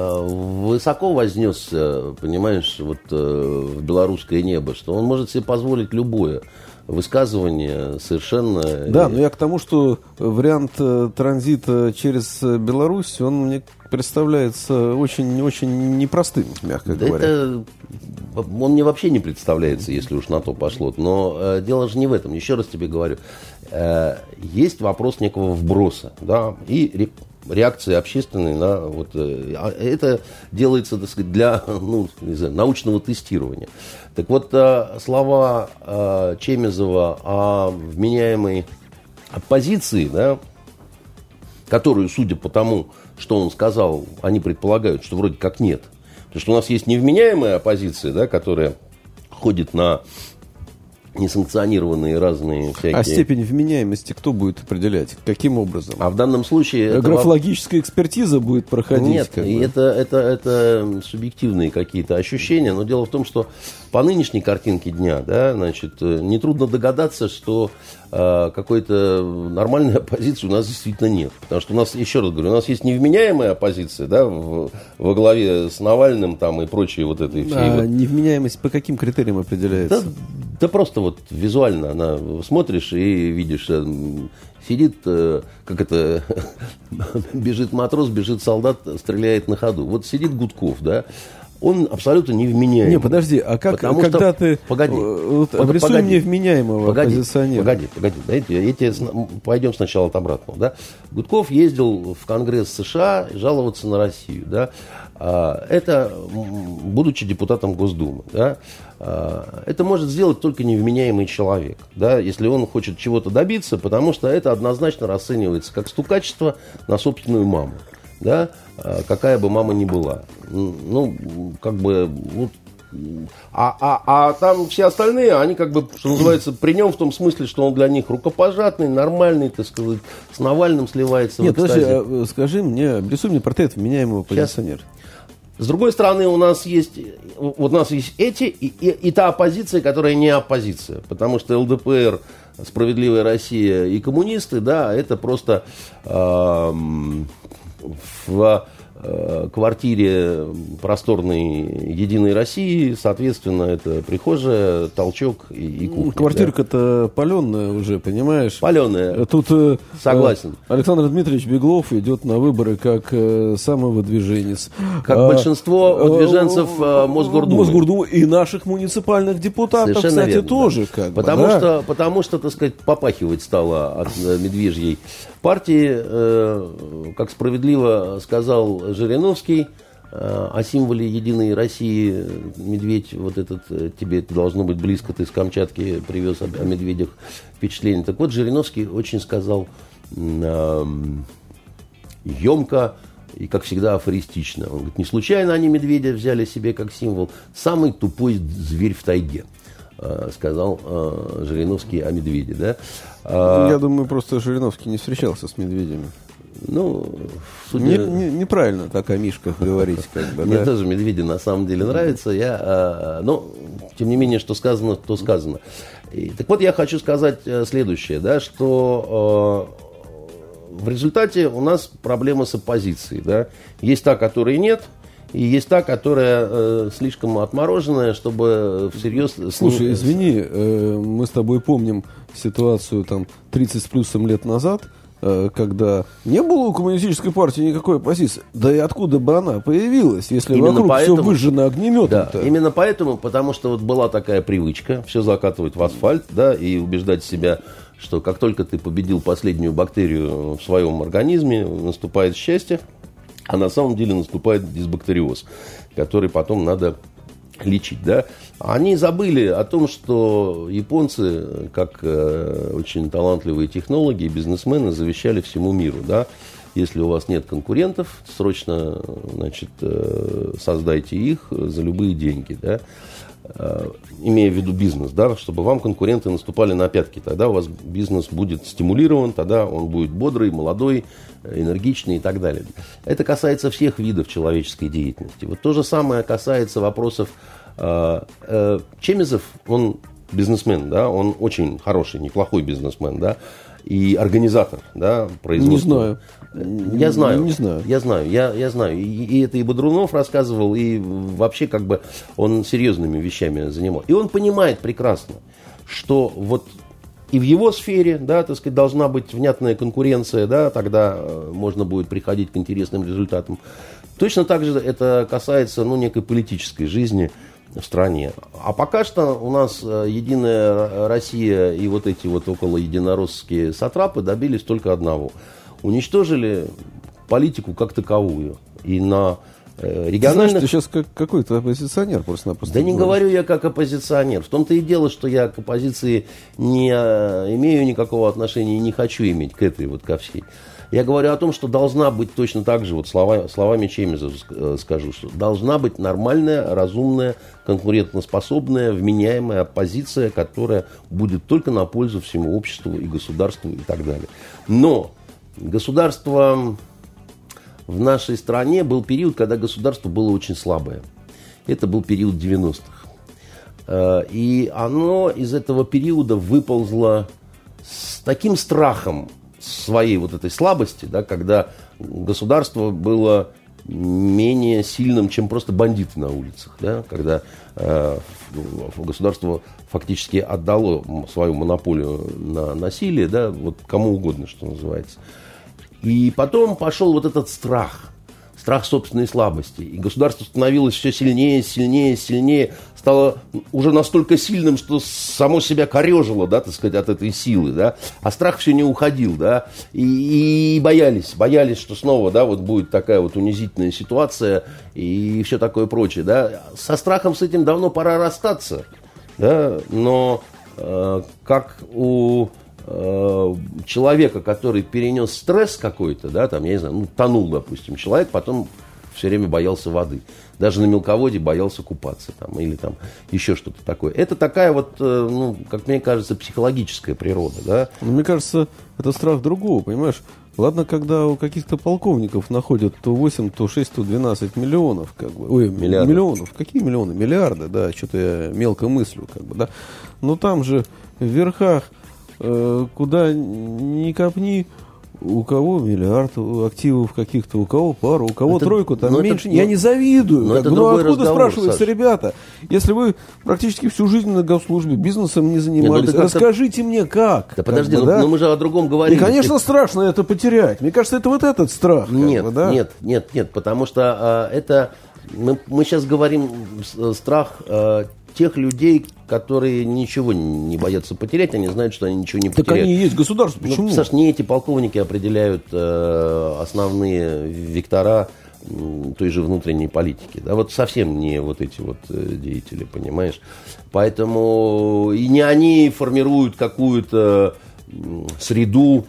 Speaker 3: высоко вознесся, понимаешь, вот в белорусское небо, что он может себе позволить любое высказывание совершенно...
Speaker 2: Да, но я к тому, что вариант транзита через Беларусь, он мне представляется очень-очень непростым, мягко
Speaker 3: да
Speaker 2: говоря.
Speaker 3: Это... Он мне вообще не представляется, если уж на то пошло. Но э, дело же не в этом. Еще раз тебе говорю. Э, есть вопрос некого вброса, да, и ре, реакции общественной на вот... Э, это делается, так сказать, для ну, не знаю, научного тестирования. Так вот, э, слова э, Чемезова о вменяемой оппозиции, да, которую, судя по тому, что он сказал, они предполагают, что вроде как нет. Потому что у нас есть невменяемая оппозиция, да, которая ходит на несанкционированные разные всякие...
Speaker 2: А степень вменяемости кто будет определять? Каким образом?
Speaker 3: А в данном случае...
Speaker 2: Графологическая это... экспертиза будет проходить?
Speaker 3: Нет,
Speaker 2: как
Speaker 3: и
Speaker 2: бы.
Speaker 3: это, это, это субъективные какие-то ощущения. Но дело в том, что по нынешней картинке дня, да, значит, нетрудно догадаться, что э, какой-то нормальной оппозиции у нас действительно нет. Потому что у нас, еще раз говорю, у нас есть невменяемая оппозиция, да, в, во главе с Навальным там, и прочей вот этой всей...
Speaker 2: А
Speaker 3: вот...
Speaker 2: невменяемость по каким критериям определяется?
Speaker 3: Да, да просто вот визуально она смотришь и видишь, сидит, как это, бежит матрос, бежит солдат, стреляет на ходу. Вот сидит Гудков, да, он абсолютно невменяемый.
Speaker 2: Не, подожди, а как,
Speaker 3: Потому
Speaker 2: когда
Speaker 3: что...
Speaker 2: ты...
Speaker 3: Погоди.
Speaker 2: Вот,
Speaker 3: Под,
Speaker 2: обрисуй
Speaker 3: погоди,
Speaker 2: мне вменяемого
Speaker 3: погоди,
Speaker 2: оппозиционера.
Speaker 3: Погоди, погоди. Знаете, я тебе, пойдем сначала от обратного. Да? Гудков ездил в Конгресс США жаловаться на Россию. Да? Это, будучи депутатом Госдумы, да? Это может сделать только невменяемый человек, да? Если он хочет чего-то добиться, потому что это однозначно расценивается как стукачество на собственную маму. Да, какая бы мама ни была. Ну, как бы, вот, а, а, а там все остальные, они как бы, что называется, при нем в том смысле, что он для них рукопожатный, нормальный, так сказать, с Навальным сливается.
Speaker 2: Нет, подожди, а скажи мне, обрисуй мне портрет вменяемого оппозиционера.
Speaker 3: С другой стороны, у нас есть, вот у нас есть эти и, и, и та оппозиция, которая не оппозиция. Потому что ЛДПР, Справедливая Россия и коммунисты, да, это просто... Э, в э, квартире просторной Единой России, соответственно, это прихожая, толчок и, и кухня.
Speaker 2: Квартирка-то да? Паленая уже, понимаешь?
Speaker 3: Паленая.
Speaker 2: Тут э,
Speaker 3: согласен.
Speaker 2: Александр Дмитриевич Беглов идет на выборы как э, самовыдвиженец.
Speaker 3: Как а, большинство выдвиженцев э, Мосгордумы.
Speaker 2: Мосгордумы и наших муниципальных депутатов,
Speaker 3: совершенно
Speaker 2: кстати,
Speaker 3: верно,
Speaker 2: тоже.
Speaker 3: Да.
Speaker 2: Как
Speaker 3: потому,
Speaker 2: бы, да?
Speaker 3: что, потому что, так сказать, попахивать стало от медвежьей партии, э, как справедливо сказал Жириновский, э, о символе Единой России, медведь, вот этот, тебе это должно быть близко, ты с Камчатки привез о, о медведях впечатление. Так вот, Жириновский очень сказал э, емко и, как всегда, афористично. Он говорит, не случайно они медведя взяли себе как символ. Самый тупой зверь в тайге, сказал э, Жириновский о медведе. Да?
Speaker 2: А, Я думаю, просто Жириновский не встречался с медведями.
Speaker 3: Ну, судя...
Speaker 2: не, не, неправильно так о мишках говорить. Как бы,
Speaker 3: Мне
Speaker 2: да?
Speaker 3: тоже медведи на самом деле нравятся. Я, э, но, тем не менее, что сказано, то сказано. И, так вот, я хочу сказать следующее, да, что э, в результате у нас проблема с оппозицией. Да? Есть та, которой нет, и есть та, которая э, слишком отмороженная, чтобы всерьез...
Speaker 2: Слушай, извини, э, мы с тобой помним ситуацию там тридцать с плюсом лет назад, э, когда не было у коммунистической партии никакой оппозиции. Да и откуда бы она появилась, если именно вокруг поэтому, все выжжено огнеметом-то?
Speaker 3: Да, именно поэтому, потому что вот была такая привычка все закатывать в асфальт, да, и убеждать себя, что как только ты победил последнюю бактерию в своем организме, наступает счастье. А на самом деле наступает дисбактериоз, который потом надо лечить, да, они забыли о том, что японцы, как э, очень талантливые технологи и бизнесмены, завещали всему миру, да, если у вас нет конкурентов, срочно, значит, э, создайте их за любые деньги, да, э, имея в виду бизнес, да, чтобы вам конкуренты наступали на пятки, тогда у вас бизнес будет стимулирован, тогда он будет бодрый, молодой, энергичный и так далее. Это касается всех видов человеческой деятельности. Вот то же самое касается вопросов. Э, э, Чемезов, он бизнесмен, да, он очень хороший, неплохой бизнесмен, да, и организатор, да, производства.
Speaker 2: Не знаю.
Speaker 3: Я знаю.
Speaker 2: Не знаю.
Speaker 3: Я знаю, я, я знаю. И, и это и Бодрунов рассказывал, и вообще как бы он серьезными вещами занимался. И он понимает прекрасно, что вот и в его сфере, да, так сказать, должна быть внятная конкуренция, да, тогда можно будет приходить к интересным результатам. Точно так же это касается, ну, некой политической жизни в стране. А пока что у нас Единая Россия и вот эти вот около единороссские сатрапы добились только одного. Уничтожили политику как таковую. И на региональных...
Speaker 2: Ты знаешь, ты сейчас как какой-то оппозиционер просто-напросто.
Speaker 3: Да не говорю я как оппозиционер. В том-то и дело, что я к оппозиции не имею никакого отношения и не хочу иметь к этой вот ко всей. Я говорю о том, что должна быть точно так же, вот слова, словами Чемезова скажу, что должна быть нормальная, разумная, конкурентоспособная, вменяемая оппозиция, которая будет только на пользу всему обществу и государству и так далее. Но государство в нашей стране, был период, когда государство было очень слабое. Это был период девяностых. И оно из этого периода выползло с таким страхом своей вот этой слабости, да, когда государство было менее сильным, чем просто бандиты на улицах, да, когда э, государство фактически отдало свою монополию на насилие, да, вот кому угодно, что называется. И потом пошел вот этот страх, страх собственной слабости. И государство становилось все сильнее, сильнее, сильнее, стало уже настолько сильным, что само себя корежило, да, так сказать, от этой силы, да, а страх все не уходил, да, и, и боялись, боялись, что снова, да, вот будет такая вот унизительная ситуация и все такое прочее, да. Со страхом с этим давно пора расстаться, да, но э, как у человека, который перенес стресс какой-то, да, там, я не знаю, ну, тонул, допустим, человек, потом все время боялся воды. Даже на мелководье боялся купаться, там, или там еще что-то такое. Это такая вот, ну, как мне кажется, психологическая природа, да.
Speaker 2: Но мне кажется, это страх другого, понимаешь? Ладно, когда у каких-то полковников находят то восемь, то шесть, то двенадцать миллионов, как бы. Ой,
Speaker 3: миллиардов.
Speaker 2: миллионов. Какие миллионы? Миллиарды, да, что-то я мелко мыслю, как бы, да. Но там же в верхах куда ни копни, у кого миллиард активов каких-то, у кого пару, у кого это, тройку, там меньше. Это, я но, не завидую.
Speaker 3: Но это
Speaker 2: ну откуда
Speaker 3: разговор,
Speaker 2: спрашивается,
Speaker 3: Саша?
Speaker 2: Ребята, если вы практически всю жизнь на госслужбе бизнесом не занимались, Нет, ну расскажите мне как.
Speaker 3: Да подожди,
Speaker 2: бы,
Speaker 3: ну,
Speaker 2: да?
Speaker 3: ну мы же о другом говорили.
Speaker 2: И, конечно, ты... страшно это потерять. Мне кажется, это вот этот страх.
Speaker 3: Нет,
Speaker 2: бы, да?
Speaker 3: нет, нет, нет, потому что а, это мы, мы сейчас говорим страх а, тех людей, которые ничего не боятся потерять, они знают, что они ничего не потеряют.
Speaker 2: Так они и есть государство, почему?
Speaker 3: Ну, Саш, не эти полковники определяют э, основные вектора э, той же внутренней политики. Да, вот совсем не вот эти вот э, деятели, понимаешь. Поэтому и не они формируют какую-то э, среду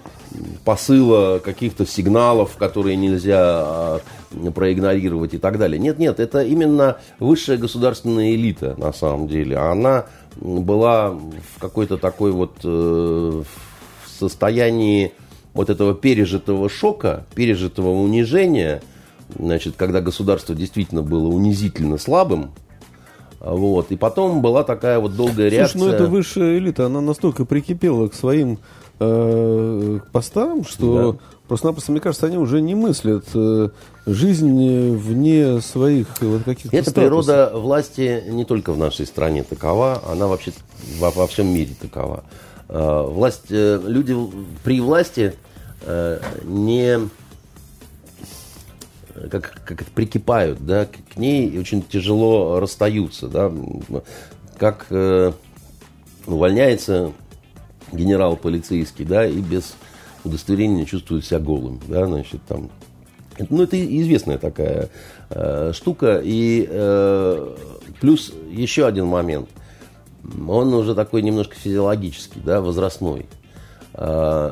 Speaker 3: посыла каких-то сигналов, которые нельзя э, проигнорировать и так далее. Нет, нет, это именно высшая государственная элита на самом деле. Она была в какой-то такой вот э, состоянии вот этого пережитого шока, пережитого унижения, значит, когда государство действительно было унизительно слабым. Вот, и потом была такая вот долгая реакция.
Speaker 2: Слушай, ну эта высшая элита, она настолько прикипела к своим э, постам, что да. просто-напросто, мне кажется, они уже не мыслят э, жизнь вне своих вот, каких-то
Speaker 3: Эта
Speaker 2: статусов.
Speaker 3: природа власти не только в нашей стране такова, она вообще во, во всем мире такова. Э, власть, э, люди при власти э, не... Как, как это, прикипают, да, к ней и очень тяжело расстаются, да, как э, увольняется генерал полицейский, да, и без удостоверения чувствует себя голым, да, значит, там, Ну, это известная такая э, штука. И э, плюс еще один момент. Он уже такой немножко физиологический, да, возрастной. Э,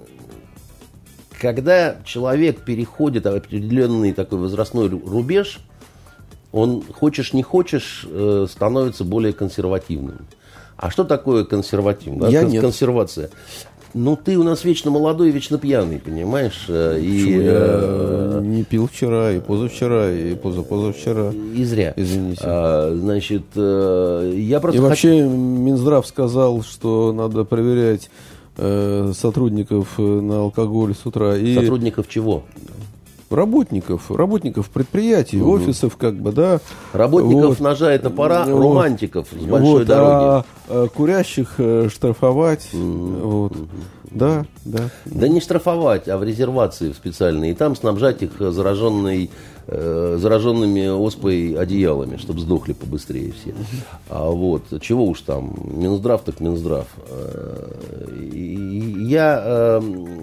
Speaker 3: когда человек переходит определенный такой возрастной рубеж, он, хочешь не хочешь, э, становится более консервативным. А что такое консервативно?
Speaker 2: Я
Speaker 3: Кон-
Speaker 2: нет.
Speaker 3: Консервация. Ну, ты у нас вечно молодой и вечно пьяный, понимаешь? И,
Speaker 2: Почему? Я
Speaker 3: э,
Speaker 2: не пил вчера, и позавчера, и позапозавчера.
Speaker 3: и зря.
Speaker 2: Извините.
Speaker 3: А, значит, э, я просто
Speaker 2: И
Speaker 3: хочу-
Speaker 2: вообще Минздрав сказал, что надо проверять э, сотрудников на алкоголь с утра. И
Speaker 3: Сотрудников чего?
Speaker 2: работников, работников предприятий,
Speaker 3: Мгм.
Speaker 2: офисов, как бы, да.
Speaker 3: Работников
Speaker 2: Вот.
Speaker 3: ножа и топора,
Speaker 2: Вот.
Speaker 3: романтиков с большой
Speaker 2: Вот,
Speaker 3: дороги.
Speaker 2: а, а курящих э, штрафовать. Вот. Да, да.
Speaker 3: Да не штрафовать, а в резервации в специальные. И там снабжать их зараженной, э, зараженными оспой одеялами, чтобы сдохли побыстрее все. А вот, чего уж там, Минздрав так Минздрав. Э, и я э,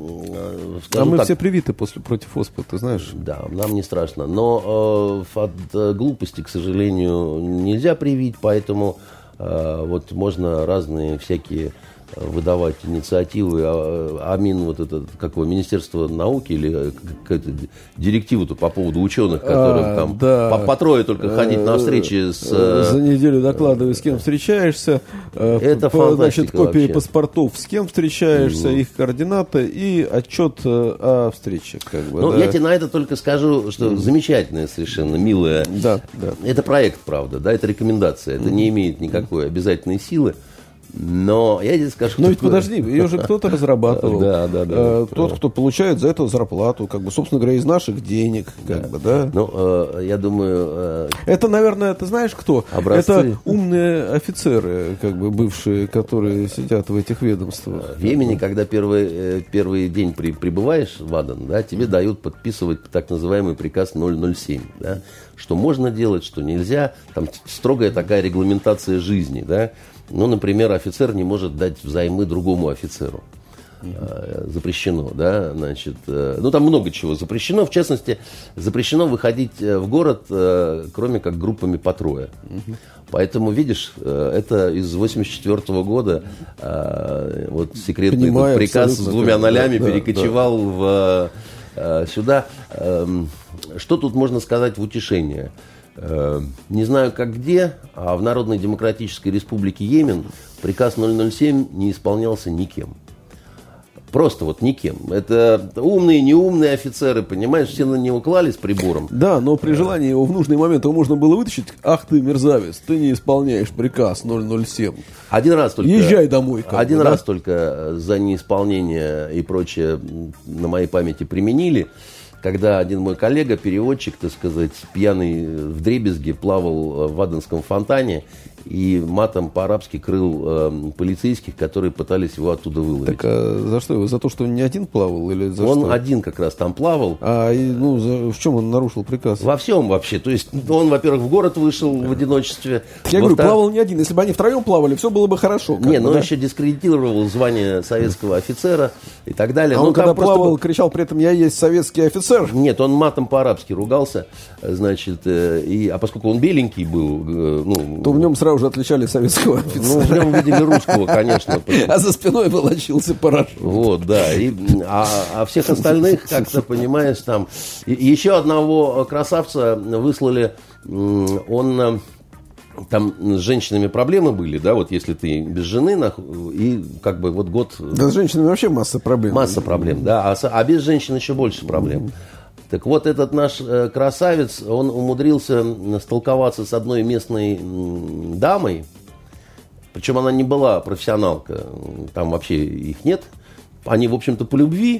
Speaker 3: э, скажу
Speaker 2: А мы
Speaker 3: так,
Speaker 2: все привиты после, против оспы, ты знаешь.
Speaker 3: да, нам не страшно. Но э, от э, глупости, к сожалению, нельзя привить, поэтому э, вот можно разные всякие выдавать инициативы, а, а Мин, вот это, как его, Министерство науки или какая-то директива по поводу ученых, которым
Speaker 2: А,
Speaker 3: там
Speaker 2: да.
Speaker 3: по, по трое только ходить на встречи с... э,
Speaker 2: За неделю докладывай, с кем встречаешься. э,
Speaker 3: Это
Speaker 2: по-
Speaker 3: фантастика
Speaker 2: Значит, копии
Speaker 3: вообще.
Speaker 2: паспортов, с кем встречаешься, их координаты и отчет э, о встрече. Как бы,
Speaker 3: Ну,
Speaker 2: да.
Speaker 3: я тебе на это только скажу, что замечательная совершенно, милая.
Speaker 2: Да, да.
Speaker 3: Это проект, правда, да, это рекомендация. Это не имеет никакой обязательной силы. Но я тебе скажу...
Speaker 2: Но ведь
Speaker 3: такое.
Speaker 2: подожди, ее же кто-то разрабатывал.
Speaker 3: Да, да, да.
Speaker 2: Э, Тот, кто получает за это зарплату, как бы, собственно говоря, из наших денег, как бы, да.
Speaker 3: Ну, э, я думаю... э,
Speaker 2: Это, наверное, ты знаешь кто?
Speaker 3: Образцы.
Speaker 2: Это умные офицеры, как бы бывшие, которые сидят в этих ведомствах.
Speaker 3: Времени, когда первый, э, первый день при, прибываешь в Адан, да, тебе дают подписывать так называемый приказ ноль ноль семь, да, что можно делать, что нельзя, там строгая такая регламентация жизни, да. Ну, например, офицер не может дать взаймы другому офицеру. Э, Запрещено, да, значит, э, ну там много чего запрещено, в частности, запрещено выходить э, в город, э, кроме как группами по трое. Поэтому, видишь, э, это из восемьдесят четвёртого года э, вот секретный этот
Speaker 2: Понимаю,
Speaker 3: приказ с
Speaker 2: абсолютно,
Speaker 3: двумя
Speaker 2: да,
Speaker 3: нолями
Speaker 2: да,
Speaker 3: перекочевал в, э, сюда. Эм, Что тут можно сказать в утешение? Э, Не знаю, как где, а в Народной Демократической Республике Йемен приказ ноль ноль семь не исполнялся никем. Просто вот никем. Это умные, неумные офицеры, понимаешь, все на него клались прибором.
Speaker 2: Да, но при желании его в нужный момент его можно было вытащить. Ах ты, мерзавец, ты не исполняешь приказ ноль ноль семь.
Speaker 3: Один раз только...
Speaker 2: Езжай домой. как
Speaker 3: Один
Speaker 2: бы, да?
Speaker 3: раз только за неисполнение и прочее на моей памяти применили, когда один мой коллега, переводчик, так сказать, пьяный вдребезги, плавал в Аденском фонтане и матом по-арабски крыл э, полицейских, которые пытались его оттуда выловить.
Speaker 2: Так а за что его? За то, что он не один плавал? Или за
Speaker 3: Он
Speaker 2: что?
Speaker 3: один как раз там плавал.
Speaker 2: А и, ну, за- в чем он нарушил приказ?
Speaker 3: Во всем вообще. То есть он, во-первых, в город вышел в одиночестве.
Speaker 2: Я говорю,
Speaker 3: Во-вторых-
Speaker 2: плавал не один. Если бы они втроем плавали, все было бы хорошо. как
Speaker 3: Не,
Speaker 2: бы,
Speaker 3: ну он
Speaker 2: да?
Speaker 3: еще дискредитировал звание советского офицера и так далее.
Speaker 2: А
Speaker 3: Ну,
Speaker 2: он,
Speaker 3: там
Speaker 2: когда
Speaker 3: просто
Speaker 2: плавал,
Speaker 3: был-
Speaker 2: кричал при этом: я есть советский офицер.
Speaker 3: Нет, он матом по-арабски ругался, значит, э, и, а поскольку он беленький был, э, ну,
Speaker 2: То в нем сразу же отличали советского
Speaker 3: ну,
Speaker 2: офицера.
Speaker 3: в нем видели русского, конечно.
Speaker 2: А за спиной волочился парашют.
Speaker 3: Вот, да. И, а, а всех остальных, как-то, понимаешь, там... И- еще одного красавца выслали, м, он... э, Там с женщинами проблемы были, да, вот если ты без жены, нах- и как бы вот год...
Speaker 2: Да с женщинами вообще масса проблем.
Speaker 3: Масса проблем, да, а, с- а без женщин еще больше проблем. Так вот, этот наш э, красавец, он умудрился м, столковаться с одной местной м, дамой, причем она не была профессионалка, там вообще их нет, они, в общем-то, по любви,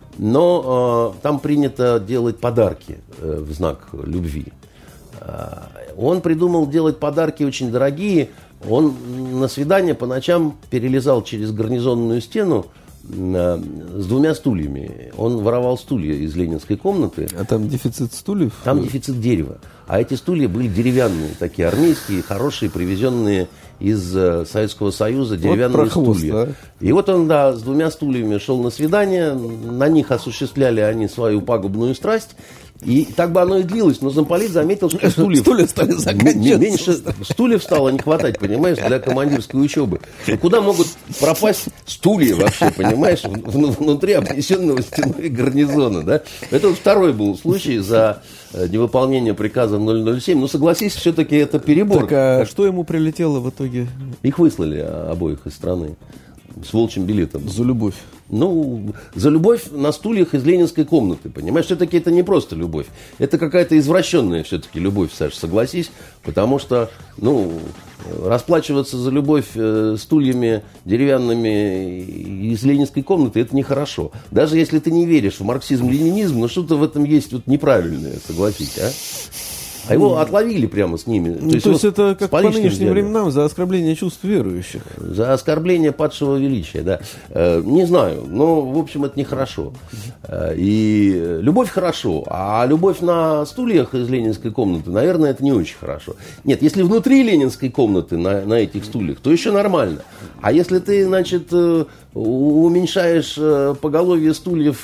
Speaker 3: но э, там принято делать подарки э, в знак любви. Э, Он придумал делать подарки очень дорогие, он на свидание по ночам перелезал через гарнизонную стену с двумя стульями. Он воровал стулья из ленинской комнаты.
Speaker 2: А там дефицит стульев?
Speaker 3: Там дефицит дерева. А эти стулья были деревянные, такие армейские, хорошие, привезенные из Советского Союза, деревянные вот хвост, стулья. А? И вот он, да, с двумя стульями шел на свидание, на них осуществляли они свою пагубную страсть. И так бы оно и длилось, но замполит заметил, что стульев,
Speaker 2: стулья стали заканчиваться.
Speaker 3: Меньше стульев стало не хватать, понимаешь, для командирской учебы. И куда могут пропасть стулья вообще, понимаешь, внутри обнесенного стеной гарнизона, да? Это вот второй был случай за невыполнение приказа ноль ноль семь. Ну, согласись, все-таки это перебор.
Speaker 2: Так, а что ему прилетело в итоге?
Speaker 3: Их выслали обоих из страны с волчьим билетом.
Speaker 2: За любовь.
Speaker 3: Ну, за любовь на стульях из ленинской комнаты, понимаешь? Все-таки это не просто любовь. Это какая-то извращенная все-таки любовь, Саш, согласись. Потому что, ну, расплачиваться за любовь э, стульями деревянными из ленинской комнаты, это нехорошо. Даже если ты не веришь в марксизм-ленинизм, но что-то в этом есть вот неправильное, согласись, а? А его отловили прямо с ними.
Speaker 2: Ну, то есть, то есть это как по нынешним взяли. Временам за оскорбление чувств верующих.
Speaker 3: За оскорбление падшего величия, да. Э, не знаю, но, в общем, это нехорошо. Э, и любовь хорошо, а любовь на стульях из ленинской комнаты, наверное, это не очень хорошо. Нет, если внутри ленинской комнаты на, на этих стульях, то еще нормально. А если ты, значит, уменьшаешь поголовье стульев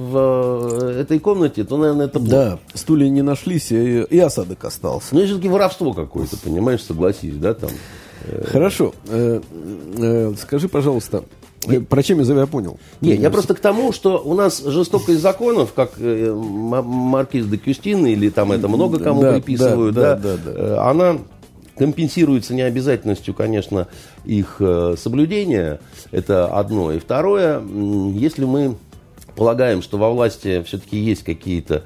Speaker 3: в этой комнате, то, наверное, это плохо.
Speaker 2: Да, стулья не нашлись, и, и осадок остался.
Speaker 3: Ну, это все-таки воровство какое-то, понимаешь, согласись, да, там.
Speaker 2: Хорошо. Э, э, скажи, пожалуйста, я, про чем я понял?
Speaker 3: Нет, я просто к тому, что у нас жестокость законов, как э, маркиз де Кюстин, или там это много кому да, приписывают, да, да, да, да, да. Она компенсируется необязательностью, конечно, их э, соблюдения, это одно. И второе, если мы полагаем, что во власти все-таки есть какие-то,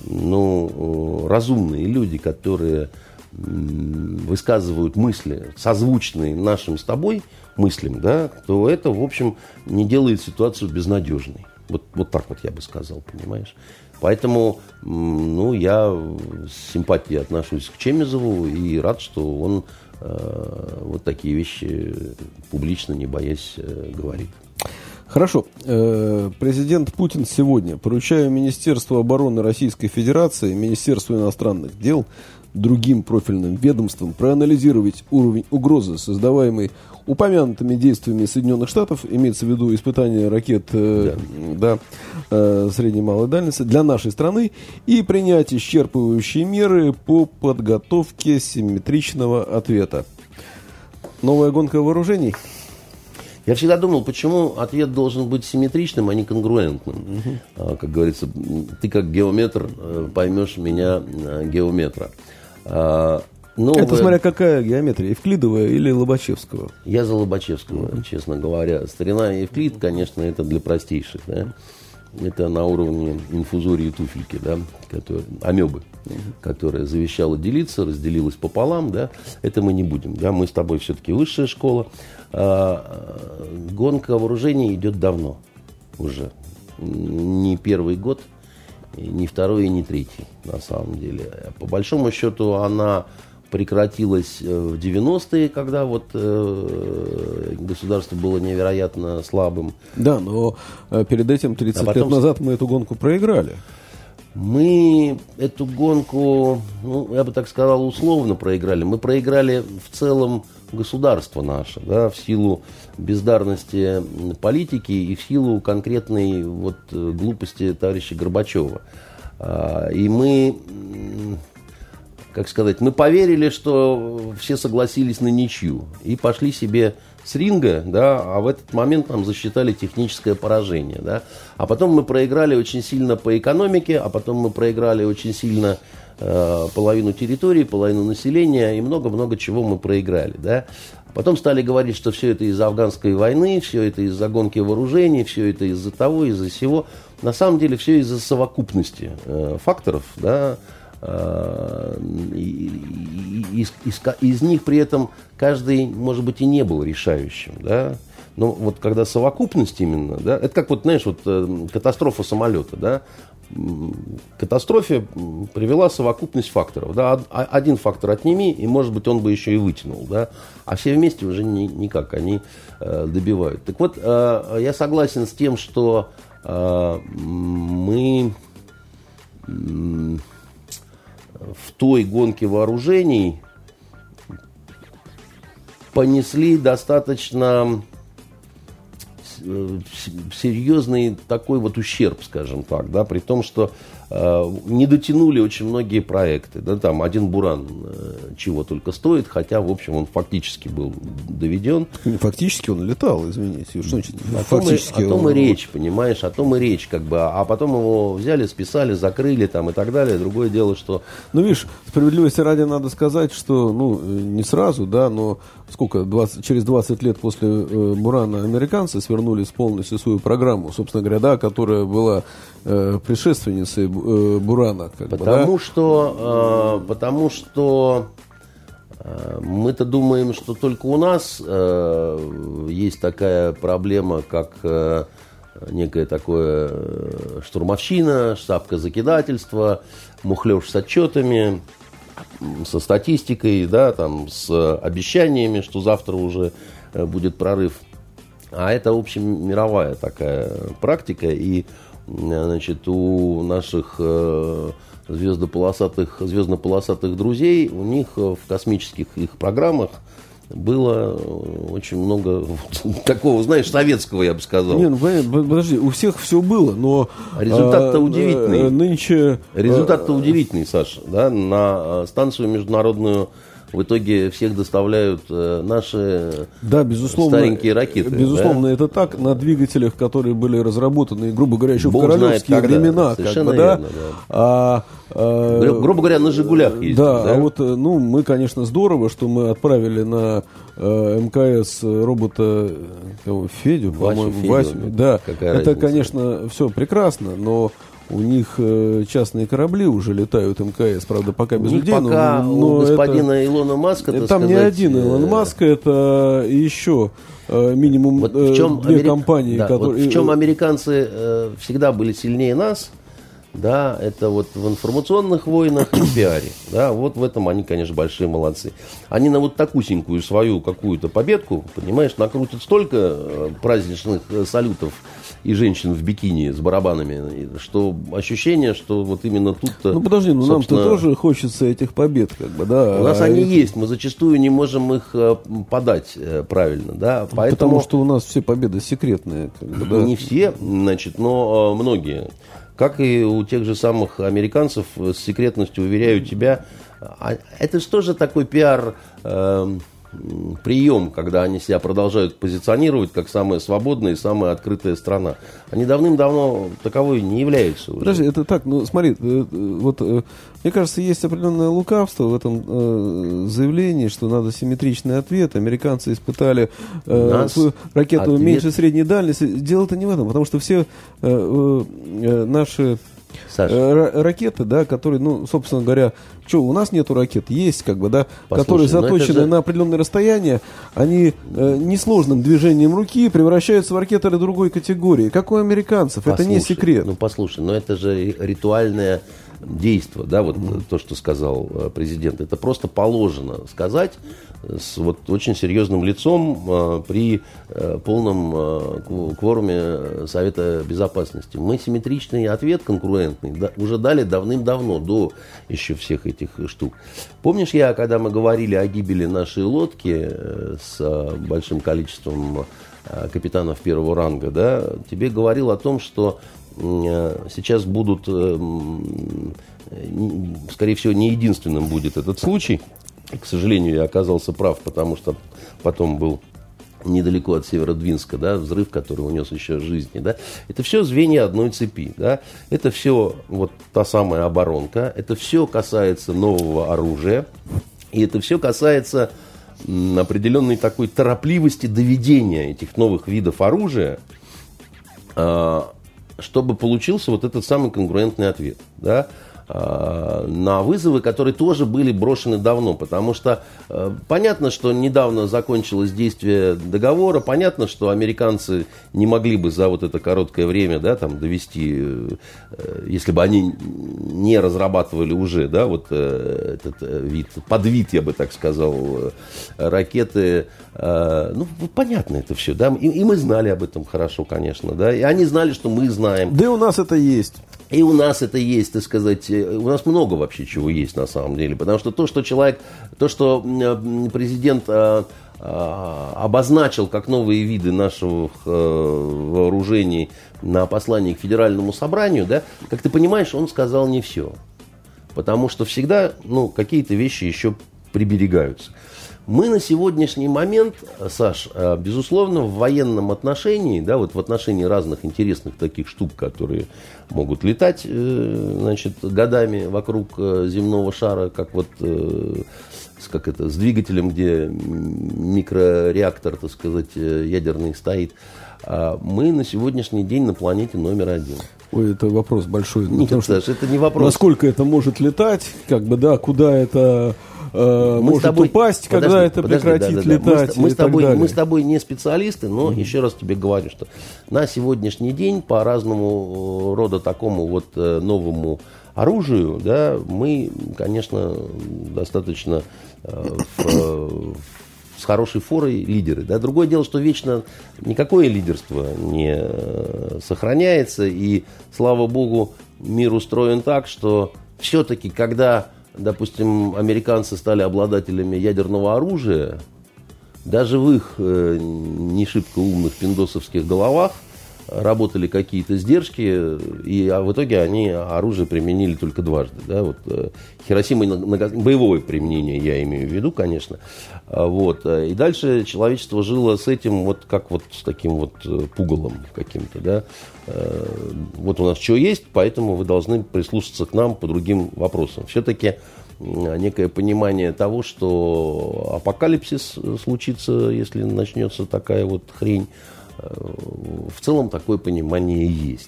Speaker 3: ну, разумные люди, которые высказывают мысли, созвучные нашим с тобой мыслям, да, то это, в общем, не делает ситуацию безнадежной. Вот, вот так вот я бы сказал, понимаешь? Поэтому, ну, я с симпатией отношусь к Чемизову и рад, что он э, вот такие вещи публично, не боясь, э, говорит.
Speaker 2: Хорошо. Президент Путин сегодня, поручая Министерству обороны Российской Федерации, Министерству иностранных дел, другим профильным ведомствам проанализировать уровень угрозы, создаваемой упомянутыми действиями Соединенных Штатов, имеется в виду испытания ракет да. Да, э, средней и малой дальности для нашей страны, и принять исчерпывающие меры по подготовке симметричного ответа. Новая гонка вооружений?
Speaker 3: Я всегда думал, почему ответ должен быть симметричным, а не конгруентным. Угу. Как говорится, ты как геометр поймешь меня геометра. Новая...
Speaker 2: Это смотря какая геометрия, Евклидовая или Лобачевского?
Speaker 3: Я за Лобачевского, mm-hmm. честно говоря. Старина и Евклид, конечно, это для простейших. Да? Это на уровне инфузории туфельки, да? Которые, амебы, mm-hmm. которая завещала делиться, разделилась пополам. Да? Это мы не будем. Да? Мы с тобой все-таки высшая школа. А, гонка вооружений идет давно уже. Не первый год, не второй и не третий, на самом деле. По большому счету, она прекратилась в девяностые, когда вот э, государство было невероятно слабым.
Speaker 2: Да, но перед этим тридцать а потом... лет назад мы эту гонку проиграли.
Speaker 3: Мы эту гонку, ну, я бы так сказал, условно проиграли. Мы проиграли в целом государство наше, да, в силу бездарности политики и в силу конкретной вот глупости товарища Горбачева. И мы, как сказать, мы поверили, что все согласились на ничью и пошли себе с ринга, да, а в этот момент нам засчитали техническое поражение, да. А потом мы проиграли очень сильно по экономике, а потом мы проиграли очень сильно э, половину территории, половину населения и много-много чего мы проиграли, да. Потом стали говорить, что все это из-за афганской войны, все это из-за гонки вооружений, все это из-за того, из-за сего. На самом деле все из-за совокупности э, факторов, да. Из, из, из них при этом каждый, может быть, и не был решающим, да? Но вот когда совокупность именно, да, это как вот, знаешь, вот катастрофа самолета, да, к катастрофе привела совокупность факторов. Да? Один фактор отними, и, может быть, он бы еще и вытянул. Да? А все вместе уже ни, никак они э, добивают. Так вот, э, я согласен с тем, что э, мы э, в той гонке вооружений понесли достаточно серьезный такой вот ущерб, скажем так, да, при том, что э, не дотянули очень многие проекты, да, там один «Буран» э, чего только стоит, хотя, в общем, он фактически был доведен.
Speaker 2: Фактически он летал, извините, что значит
Speaker 3: о
Speaker 2: фактически?
Speaker 3: Том и, о том
Speaker 2: он...
Speaker 3: и речь, понимаешь, о том и речь, как бы, а потом его взяли, списали, закрыли там и так далее. Другое дело, что...
Speaker 2: Ну, видишь, справедливости ради надо сказать, что, ну, не сразу, да, но сколько, двадцать, через двадцать лет после э, «Бурана» американцы свернули с полностью свою программу, собственно говоря, да, которая была э, предшественницей э, «Бурана». Как
Speaker 3: потому,
Speaker 2: бы, да?
Speaker 3: что, э, потому что э, мы-то думаем, что только у нас э, есть такая проблема, как э, некое такое э, штурмовщина, шапка-закидательство, мухлёж с отчетами, со статистикой, да, там, с обещаниями, что завтра уже э, будет прорыв. А это общемировая такая практика, и, значит, у наших э, звездополосатых, звездно-полосатых друзей, у них в космических их программах было очень много такого, знаешь, советского, я бы сказал.
Speaker 2: Не, ну, подожди, у всех все было, но...
Speaker 3: Результат-то а, удивительный.
Speaker 2: А, нынче...
Speaker 3: Результат-то а, удивительный, Саша. Да? На станцию международную в итоге всех доставляют э, наши
Speaker 2: да, безусловно,
Speaker 3: старенькие ракеты.
Speaker 2: Безусловно,
Speaker 3: да?
Speaker 2: это так. На двигателях, которые были разработаны, грубо говоря, еще
Speaker 3: Бог
Speaker 2: в королевские
Speaker 3: знает,
Speaker 2: времена.
Speaker 3: Совершенно
Speaker 2: как бы,
Speaker 3: верно,
Speaker 2: да?
Speaker 3: да.
Speaker 2: А, а,
Speaker 3: Гру- грубо говоря, на «Жигулях» ездили.
Speaker 2: Да,
Speaker 3: да,
Speaker 2: а вот, ну, мы, конечно, здорово, что мы отправили на э, МКС робота кого, Федю,
Speaker 3: Васю,
Speaker 2: по-моему,
Speaker 3: Федю,
Speaker 2: Васю.
Speaker 3: ну,
Speaker 2: Да,
Speaker 3: какая
Speaker 2: это,
Speaker 3: разница?
Speaker 2: конечно, все прекрасно, но... У них э, частные корабли уже летают, МКС, правда, пока без
Speaker 3: ну,
Speaker 2: людей.
Speaker 3: Пока
Speaker 2: но, но
Speaker 3: у господина
Speaker 2: это,
Speaker 3: Илона Маска,
Speaker 2: там
Speaker 3: сказать,
Speaker 2: не один Илон Маск, это еще э, минимум
Speaker 3: вот в чем
Speaker 2: э, две
Speaker 3: Амери...
Speaker 2: компании.
Speaker 3: да,
Speaker 2: которые...
Speaker 3: вот в чем американцы э, всегда были сильнее нас, да, это вот в информационных войнах и в пиаре. Да, вот в этом они, конечно, большие молодцы. Они на вот такусенькую свою какую-то победку, понимаешь, накрутят столько э, праздничных э, салютов и женщин в бикини с барабанами, что ощущение, что вот именно тут-то...
Speaker 2: Ну, подожди, ну
Speaker 3: собственно...
Speaker 2: нам-то тоже хочется этих побед, как бы, да.
Speaker 3: У нас
Speaker 2: а
Speaker 3: они
Speaker 2: это...
Speaker 3: есть, мы зачастую не можем их э, подать э, правильно, да, поэтому...
Speaker 2: Потому что у нас все победы секретные, как бы, да.
Speaker 3: Не все, значит, но э, многие. Как и у тех же самых американцев, с секретностью уверяю тебя, а это же тоже такой пиар... Э, прием, когда они себя продолжают позиционировать как самая свободная и самая открытая страна. Они давным-давно таковой не являются уже.
Speaker 2: Подожди, это так, ну смотри, вот мне кажется, есть определенное лукавство в этом э, заявлении, что надо симметричный ответ. Американцы испытали э, свою ракету ответ... меньше средней дальности. Дело-то не в этом, потому что все э, э, наши Саша. ракеты, да, которые, ну, собственно говоря, что, у нас нету ракет, есть, как бы, да, Послушай, которые заточены же... на определенное расстояние, они э, несложным движением руки превращаются в ракеты другой категории, как у американцев, послушай, это не секрет.
Speaker 3: Ну, послушай, но это же ритуальное действие, да, вот mm-hmm. то, что сказал президент, это просто положено сказать с вот очень серьезным лицом э, при э, полном э, кворуме Совета Безопасности. Мы симметричный ответ, конкурентный, да, уже дали давным-давно, до еще всех этих штук. Помнишь, я, когда мы говорили о гибели нашей лодки э, с э, большим количеством э, капитанов первого ранга, да, тебе говорил о том, что э, сейчас будут, э, э, скорее всего, не единственным будет этот случай. К сожалению, я оказался прав, потому что потом был недалеко от Северодвинска, да, взрыв, который унес еще жизни. Да. Это все звенья одной цепи. Да. Это все вот та самая оборонка. Это все касается нового оружия. И это все касается м, определенной такой торопливости доведения этих новых видов оружия, э, чтобы получился вот этот самый конкурентный ответ. Да. на вызовы, которые тоже были брошены давно, потому что э, понятно, что недавно закончилось действие договора, понятно, что американцы не могли бы за вот это короткое время, да, там, довести, э, если бы они не разрабатывали уже, да, вот э, этот вид, подвид, я бы так сказал, э, ракеты, э, ну, понятно это все, да, и, и мы знали об этом хорошо, конечно, да, и они знали, что мы знаем.
Speaker 2: Да и у нас это есть.
Speaker 3: И у нас это есть, так сказать, у нас много вообще чего есть на самом деле, потому что то, что человек, то, что президент а, а, обозначил как новые виды наших а, вооружений на послании к Федеральному собранию, да, как ты понимаешь, он сказал не все, потому что всегда, ну, какие-то вещи еще приберегаются. Мы на сегодняшний момент, Саш, безусловно, в военном отношении, да, вот в отношении разных интересных таких штук, которые могут летать, значит, годами вокруг земного шара, как вот с, как это, с двигателем, где микрореактор, так сказать, ядерный стоит, мы на сегодняшний день на планете номер один.
Speaker 2: Ой, это вопрос большой.
Speaker 3: Нет, Саш, это не вопрос.
Speaker 2: Насколько это может летать, как бы, да, куда это э,
Speaker 3: мы
Speaker 2: может
Speaker 3: тобой,
Speaker 2: упасть,
Speaker 3: подожди,
Speaker 2: когда это
Speaker 3: подожди,
Speaker 2: прекратит
Speaker 3: да, да, да.
Speaker 2: летать.
Speaker 3: Мы, мы, с тобой, мы с
Speaker 2: далее.
Speaker 3: тобой не специалисты, но mm-hmm. еще раз тебе говорю, что на сегодняшний день по разному рода такому вот новому оружию, да, мы, конечно, достаточно э, в, с хорошей форой лидеры. Да. Другое дело, что вечно никакое лидерство не сохраняется, и, слава богу, мир устроен так, что все-таки, когда, допустим, американцы стали обладателями ядерного оружия, даже в их э, не шибко умных пиндосовских головах работали какие-то сдержки, и а в итоге они оружие применили только дважды. Да? Вот, э, Хиросима, боевое применение я имею в виду, конечно. А, вот, и дальше человечество жило с этим вот как вот с таким вот пугалом каким-то. Да? Э, вот у нас что есть, поэтому вы должны прислушаться к нам по другим вопросам. Все-таки некое понимание того, что апокалипсис случится, если начнется такая вот хрень. В целом такое понимание есть.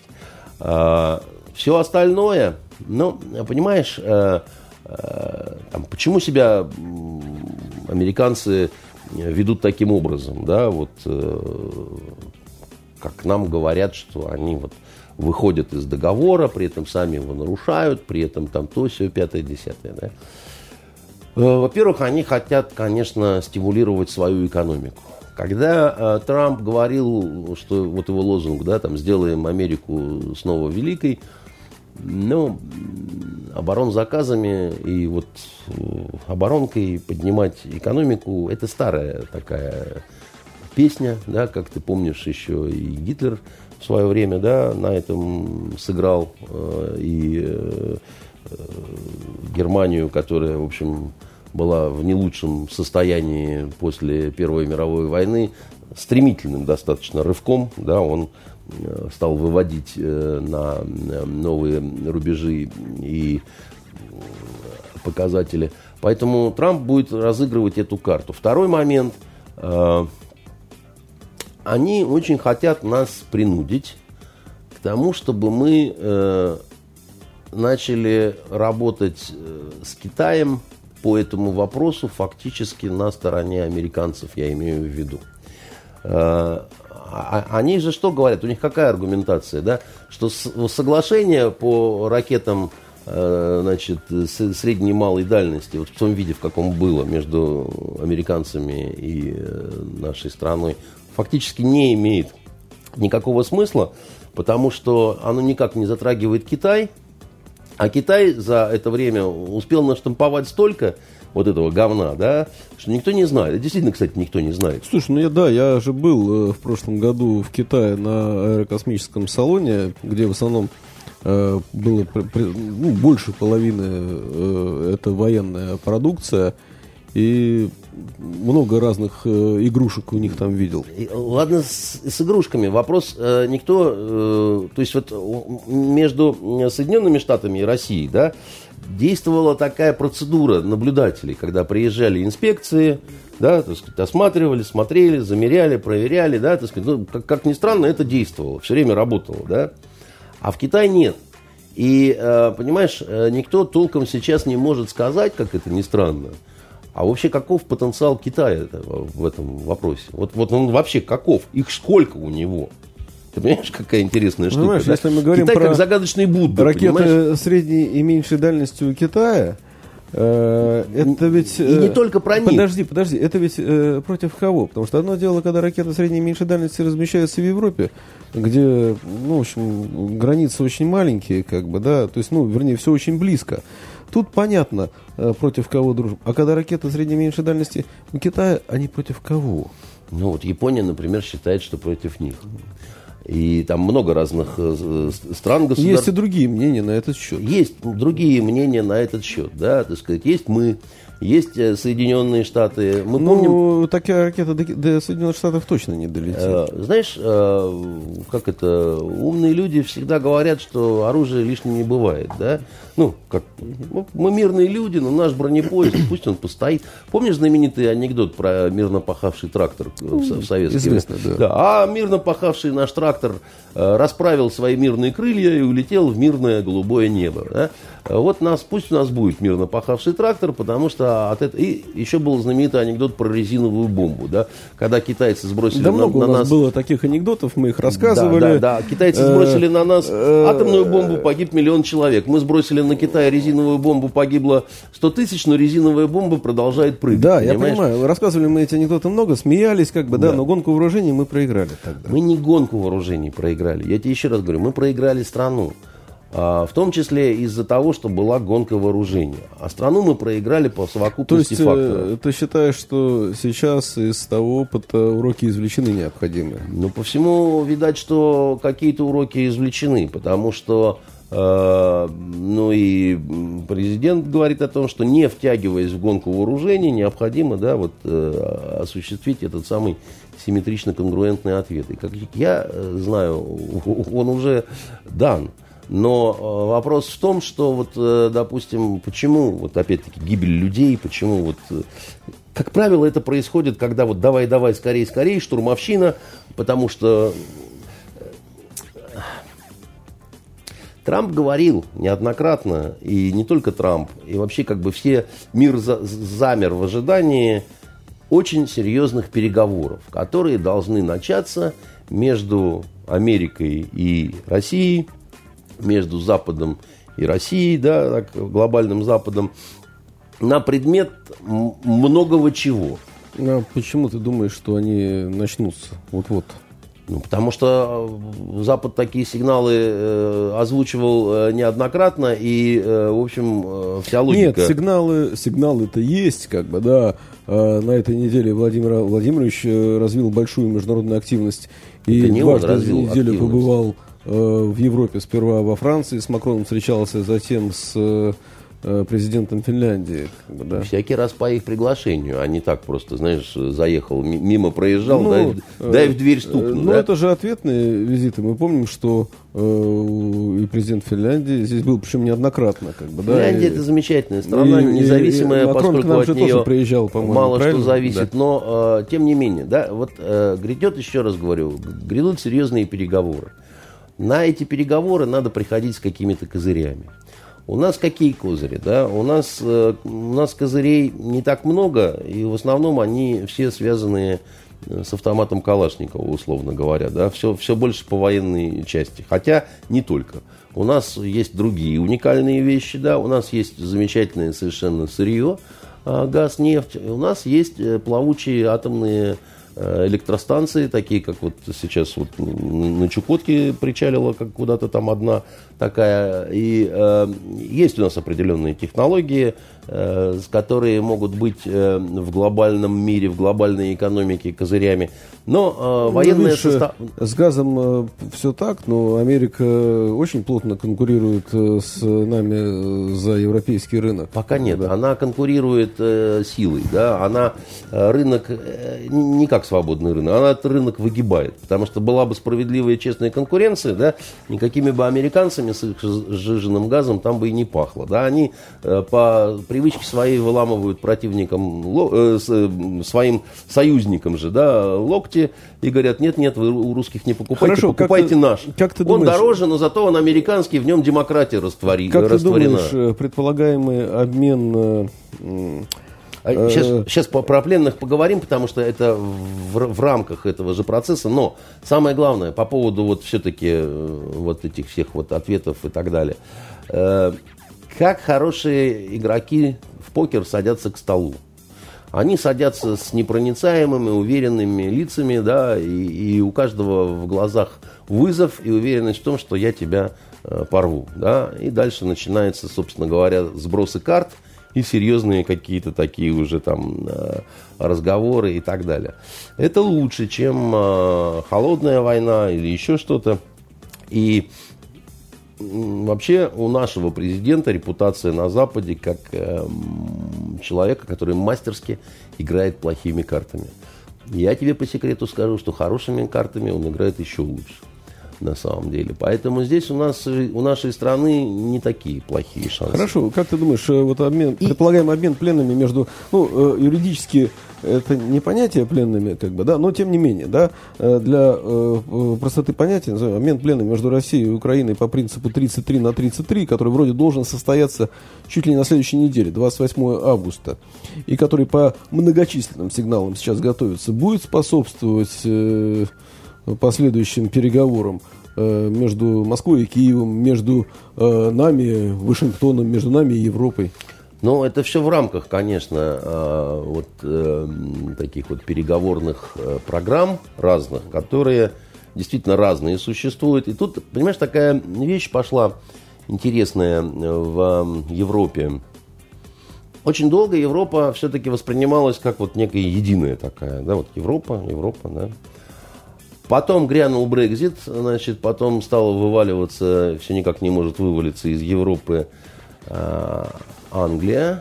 Speaker 3: Все остальное, ну, понимаешь, почему себя американцы ведут таким образом, да, вот как нам говорят, что они вот выходят из договора, при этом сами его нарушают, при этом там то, сё, пятое, десятое, да. Во-первых, они хотят, конечно, стимулировать свою экономику. Когда э, Трамп говорил, что вот его лозунг, да, там, сделаем Америку снова великой, ну, оборонзаказами и вот оборонкой поднимать экономику, это старая такая песня, да, как ты помнишь, еще и Гитлер в свое время, да, на этом сыграл, э, и э, Германию, которая, в общем, была в не лучшем состоянии после Первой мировой войны, стремительным достаточно рывком, да, он стал выводить на новые рубежи и показатели. Поэтому Трамп будет разыгрывать эту карту. Второй момент. Они очень хотят нас принудить к тому, чтобы мы начали работать с Китаем по этому вопросу фактически на стороне американцев, я имею в виду. Они же что говорят? У них какая аргументация? Да? Что соглашение по ракетам, значит, средней и малой дальности, вот в том виде, в каком было между американцами и нашей страной, фактически не имеет никакого смысла, потому что оно никак не затрагивает Китай. А Китай за это время успел наштамповать столько вот этого говна, да, что никто не знает. Это действительно, кстати, никто не знает.
Speaker 2: Слушай, ну я, да, я же был э, в прошлом году в Китае на аэрокосмическом салоне, где в основном э, было при, при, ну, больше половины э, это военная продукция. И много разных э, игрушек у них там видел.
Speaker 3: Ладно, с, с игрушками. Вопрос, э, никто... Э, то есть вот между Соединенными Штатами и Россией, да, действовала такая процедура наблюдателей, когда приезжали инспекции, да, так сказать, осматривали, смотрели, замеряли, проверяли, да, так сказать, ну, как, как ни странно, это действовало, все время работало, да. А в Китае нет. И, понимаешь, никто толком сейчас не может сказать, как это ни странно, а вообще каков потенциал Китая в этом вопросе? Вот, вот он вообще каков? Их сколько у него? Ты понимаешь, какая интересная штука?
Speaker 2: Понимаешь,
Speaker 3: Да?
Speaker 2: если мы говорим
Speaker 3: Китай
Speaker 2: про
Speaker 3: как загадочный Будда,
Speaker 2: ракеты
Speaker 3: понимаешь?
Speaker 2: средней и меньшей дальности у Китая, э, это ведь...
Speaker 3: И
Speaker 2: э,
Speaker 3: не только про них.
Speaker 2: Подожди, подожди, это ведь э, против кого? Потому что одно дело, когда ракеты средней и меньшей дальности размещаются в Европе, где, ну, в общем, границы очень маленькие, как бы, да, то есть, ну, вернее, все очень близко. Тут понятно, э, против кого дружим. А когда ракеты средней и меньшей дальности у Китая, они против кого?
Speaker 3: Ну, вот Япония, например, считает, что против них. И там много разных э, стран, государств.
Speaker 2: Есть и другие мнения на этот счет.
Speaker 3: Есть другие мнения на этот счет, да, так сказать. Есть мы, есть Соединенные Штаты. Мы
Speaker 2: ну,
Speaker 3: помним...
Speaker 2: такая ракета до, до Соединенных Штатов точно не долетит.
Speaker 3: Э, знаешь, э, как это, умные люди всегда говорят, что оружие лишним не бывает, да. Ну, как, ну, мы мирные люди, но наш бронепоезд, пусть он постоит. Помнишь знаменитый анекдот про мирно пахавший трактор в, в советские
Speaker 2: Известно, да.
Speaker 3: да. А мирно пахавший наш трактор э, расправил свои мирные крылья и улетел в мирное голубое небо. Да? Вот нас, пусть у нас будет мирно пахавший трактор, потому что от этого... И еще был знаменитый анекдот про резиновую бомбу, да? Когда китайцы сбросили
Speaker 2: да
Speaker 3: на,
Speaker 2: много
Speaker 3: на
Speaker 2: у нас
Speaker 3: нас...
Speaker 2: было таких анекдотов, мы их рассказывали.
Speaker 3: Да, да, да. Китайцы сбросили на нас атомную бомбу, погиб миллион человек. Мы сбросили на Китай резиновую бомбу, погибло сто тысяч, но резиновая бомба продолжает прыгать.
Speaker 2: Да,
Speaker 3: понимаешь?
Speaker 2: я понимаю. Рассказывали мы эти анекдоты много, смеялись, как бы, да,
Speaker 3: Да.
Speaker 2: но гонку вооружений мы проиграли тогда.
Speaker 3: Мы не гонку вооружений проиграли. Я тебе еще раз говорю, мы проиграли страну. А, в том числе из-за того, что была гонка вооружений. А страну мы проиграли по
Speaker 2: То
Speaker 3: совокупности
Speaker 2: есть,
Speaker 3: факторов.
Speaker 2: э, ты считаешь, что сейчас из того опыта уроки извлечены необходимые?
Speaker 3: Ну, по всему, видать, что какие-то уроки извлечены, потому что э, ну и президент говорит о том, что не втягиваясь в гонку вооружений, необходимо, да, вот, э, осуществить этот самый симметрично-конгруентный ответ. И как я знаю, он уже дан. Но э, вопрос в том, что вот, э, допустим, почему, вот опять-таки, гибель людей, почему вот, э, как правило, это происходит, когда вот давай-давай, скорей-скорей, штурмовщина, потому что э, Трамп говорил неоднократно, и не только Трамп, и вообще как бы все, мир за, замер в ожидании очень серьезных переговоров, которые должны начаться между Америкой и Россией, между Западом и Россией, да, так, глобальным Западом, на предмет многого чего.
Speaker 2: А почему ты думаешь, что они начнутся вот-вот?
Speaker 3: Ну, потому что Запад такие сигналы э, озвучивал э, неоднократно, и, э, в общем, э, вся логика...
Speaker 2: Нет, сигналы, сигналы-то есть, как бы, да. Э, на этой неделе Владимир Владимирович э, развил большую международную активность и
Speaker 3: Это не он
Speaker 2: дважды за
Speaker 3: развил
Speaker 2: неделю
Speaker 3: активность.
Speaker 2: побывал э, в Европе. Сперва во Франции с Макроном встречался, затем с э, президентом Финляндии. Как бы, да.
Speaker 3: Всякий раз по их приглашению, а не так просто, знаешь, заехал, мимо проезжал,
Speaker 2: Ну,
Speaker 3: дай,
Speaker 2: э,
Speaker 3: дай в дверь стукну.
Speaker 2: Ну,
Speaker 3: да?
Speaker 2: это же ответные визиты. Мы помним, что э, и президент Финляндии здесь был, причем неоднократно. Как бы, да,
Speaker 3: Финляндия
Speaker 2: и-
Speaker 3: это замечательная страна,
Speaker 2: и- и-
Speaker 3: независимая,
Speaker 2: и Макрон к
Speaker 3: поскольку
Speaker 2: нам
Speaker 3: от
Speaker 2: же
Speaker 3: нее
Speaker 2: тоже приезжал, по-моему,
Speaker 3: мало
Speaker 2: правильно?
Speaker 3: что зависит.
Speaker 2: Да.
Speaker 3: Но, э, тем не менее, да, вот э, грядет, еще раз говорю, грядут серьезные переговоры. На эти переговоры надо приходить с какими-то козырями. У нас какие козыри? Да? У нас, э, у нас козырей не так много, и в основном они все связаны с автоматом Калашникова, условно говоря. Да? Все, все больше по военной части. Хотя не только. У нас есть другие уникальные вещи. Да? У нас есть замечательное совершенно сырье, э, газ, нефть. У нас есть э, плавучие атомные электростанции, такие, как вот сейчас вот на Чукотке причалила, как куда-то там одна такая. И э, есть у нас определенные технологии, э, с которые могут быть э, в глобальном мире, в глобальной экономике козырями. Но э, военная
Speaker 2: ну, видишь,
Speaker 3: состав...
Speaker 2: С газом э, все так, но Америка очень плотно конкурирует э, с нами э, за европейский рынок.
Speaker 3: Пока нет.
Speaker 2: Да.
Speaker 3: Она конкурирует э, силой. Да? Она э, рынок э, не как свободный рынок, она этот рынок выгибает. Потому что была бы справедливая и честная конкуренция, да, никакими бы американцами с их сжиженным газом там бы и не пахло. Да. Они э, по привычке своей выламывают противникам, э, э, своим союзникам же, да, локти и говорят, нет-нет, вы у русских не покупайте,
Speaker 2: Хорошо,
Speaker 3: покупайте
Speaker 2: как
Speaker 3: наш.
Speaker 2: Ты, как ты
Speaker 3: он
Speaker 2: думаешь,
Speaker 3: дороже, но зато он американский, в нем демократия раствори,
Speaker 2: как
Speaker 3: растворена.
Speaker 2: Как ты думаешь, предполагаемый обмен... Э,
Speaker 3: Сейчас, сейчас про пленных поговорим, потому что это в, в рамках этого же процесса. Но самое главное по поводу вот все-таки вот этих всех вот ответов и так далее. Как хорошие игроки в покер садятся к столу? Они садятся с непроницаемыми, уверенными лицами, да, и, и у каждого в глазах вызов и уверенность в том, что я тебя э, порву, да. И дальше начинается, собственно говоря, сбросы карт и серьезные какие-то такие уже там э, разговоры и так далее. Это лучше, чем э, холодная война или еще что-то. И вообще у нашего президента репутация на Западе как э, человека, который мастерски играет плохими картами. Я тебе по секрету скажу, что хорошими картами он играет еще лучше. На самом деле. Поэтому здесь у нас, у нашей страны не такие плохие шансы.
Speaker 2: Хорошо, как ты думаешь, вот обмен, и... предполагаемый обмен пленными между, ну, юридически это не понятие пленными, как бы, да, но тем не менее, да, для э, простоты понятия, обмен пленными между Россией и Украиной по принципу тридцать три на тридцать три, который вроде должен состояться чуть ли не на следующей неделе, двадцать восьмого августа, и который по многочисленным сигналам сейчас готовится, будет способствовать э, последующим переговорам э, между Москвой и Киевом, между э, нами, Вашингтоном, между нами и Европой?
Speaker 3: Ну, это все в рамках, конечно, э, вот э, таких вот переговорных э, программ разных, которые действительно разные существуют. И тут, понимаешь, такая вещь пошла интересная в Европе. Очень долго Европа все-таки воспринималась как вот некая единая такая, да, вот Европа, Европа, да. Потом грянул Брексит, значит, потом стало вываливаться, все никак не может вывалиться из Европы э, Англия.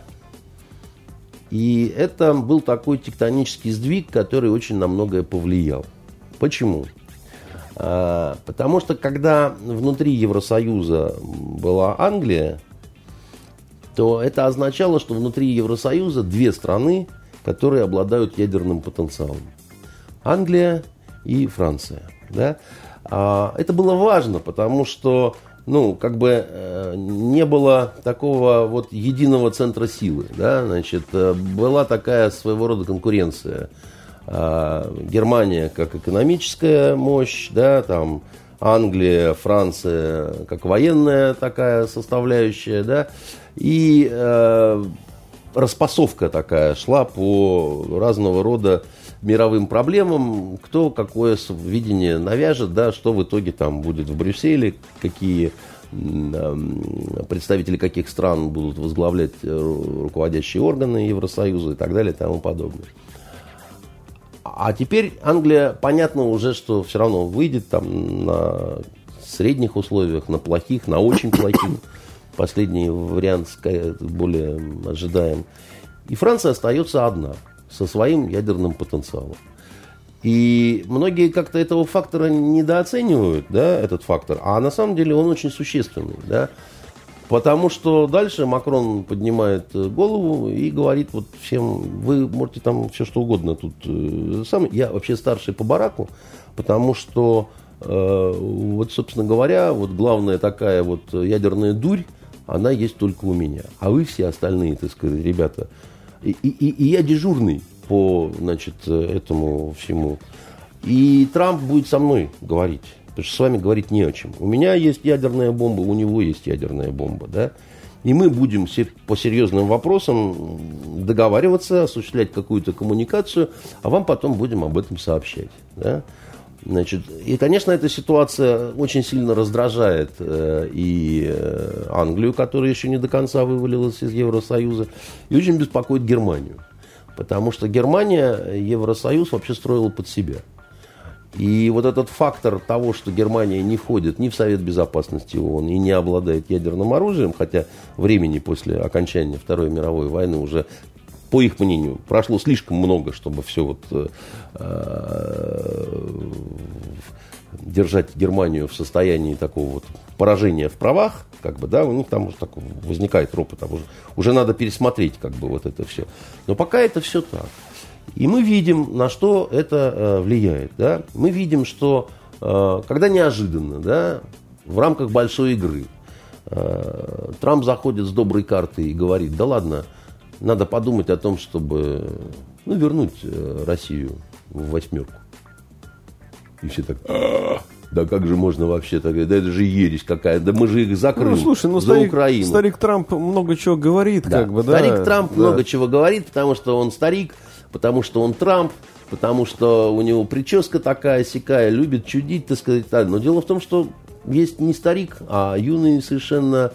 Speaker 3: И это был такой тектонический сдвиг, который очень на многое повлиял. Почему? Э, потому что когда внутри Евросоюза была Англия, то это означало, что внутри Евросоюза две страны, которые обладают ядерным потенциалом. Англия и Франция. Да? А, это было важно, потому что ну, как бы, э, не было такого вот единого центра силы. Да? Значит, э, была такая своего рода конкуренция. А, Германия как экономическая мощь, да, там, Англия, Франция как военная такая составляющая. Да? И э, распасовка такая шла по разного рода мировым проблемам, кто какое видение навяжет, да, что в итоге там будет в Брюсселе, какие э, представители каких стран будут возглавлять руководящие органы Евросоюза и так далее и тому подобное. А теперь Англия, понятно уже, что все равно выйдет там на средних условиях, на плохих, на очень плохих. Последний вариант более ожидаем. И Франция остается одна со своим ядерным потенциалом. И многие как-то этого фактора недооценивают, да, этот фактор, а на самом деле он очень существенный, да, потому что дальше Макрон поднимает голову и говорит вот всем, вы можете там все что угодно тут, э, сам, я вообще старший по бараку, потому что э, вот, собственно говоря, вот главная такая вот ядерная дурь, она есть только у меня, а вы все остальные, так сказать, ребята. И, и, и я дежурный по, значит, этому всему. И Трамп будет со мной говорить. Потому что с вами говорить не о чем. У меня есть ядерная бомба, у него есть ядерная бомба. Да? И мы будем по серьезным вопросам договариваться, осуществлять какую-то коммуникацию, а вам потом будем об этом сообщать. Да? Значит, и, конечно, эта ситуация очень сильно раздражает э, и э, Англию, которая еще не до конца вывалилась из Евросоюза, и очень беспокоит Германию. Потому что Германия Евросоюз вообще строила под себя. И вот этот фактор того, что Германия не входит ни в Совет Безопасности ООН и не обладает ядерным оружием, хотя времени после окончания Второй мировой войны уже по их мнению, прошло слишком много, чтобы все вот э, держать Германию в состоянии такого вот поражения в правах, как бы, да, у них там уже так возникает ропот, там уже, уже надо пересмотреть, как бы, вот это все. Но пока это все так. И мы видим, на что это э, влияет, да. Мы видим, что э, когда неожиданно, да, в рамках большой игры э, Трамп заходит с доброй картой и говорит: да ладно, надо подумать о том, чтобы, ну, вернуть э, Россию в восьмерку. И все так: а, да как же можно вообще так? Да это же ересь какая, да мы же их закрыли, ну, слушай, ну,
Speaker 2: за
Speaker 3: старик, Украину.
Speaker 2: Старик Трамп много чего говорит,
Speaker 3: да.
Speaker 2: как бы, да.
Speaker 3: Старик Трамп да. много чего говорит, потому что он старик, потому что он Трамп, потому что у него прическа такая сякая, любит чудить, так сказать. Но дело в том, что есть не старик, а юный совершенно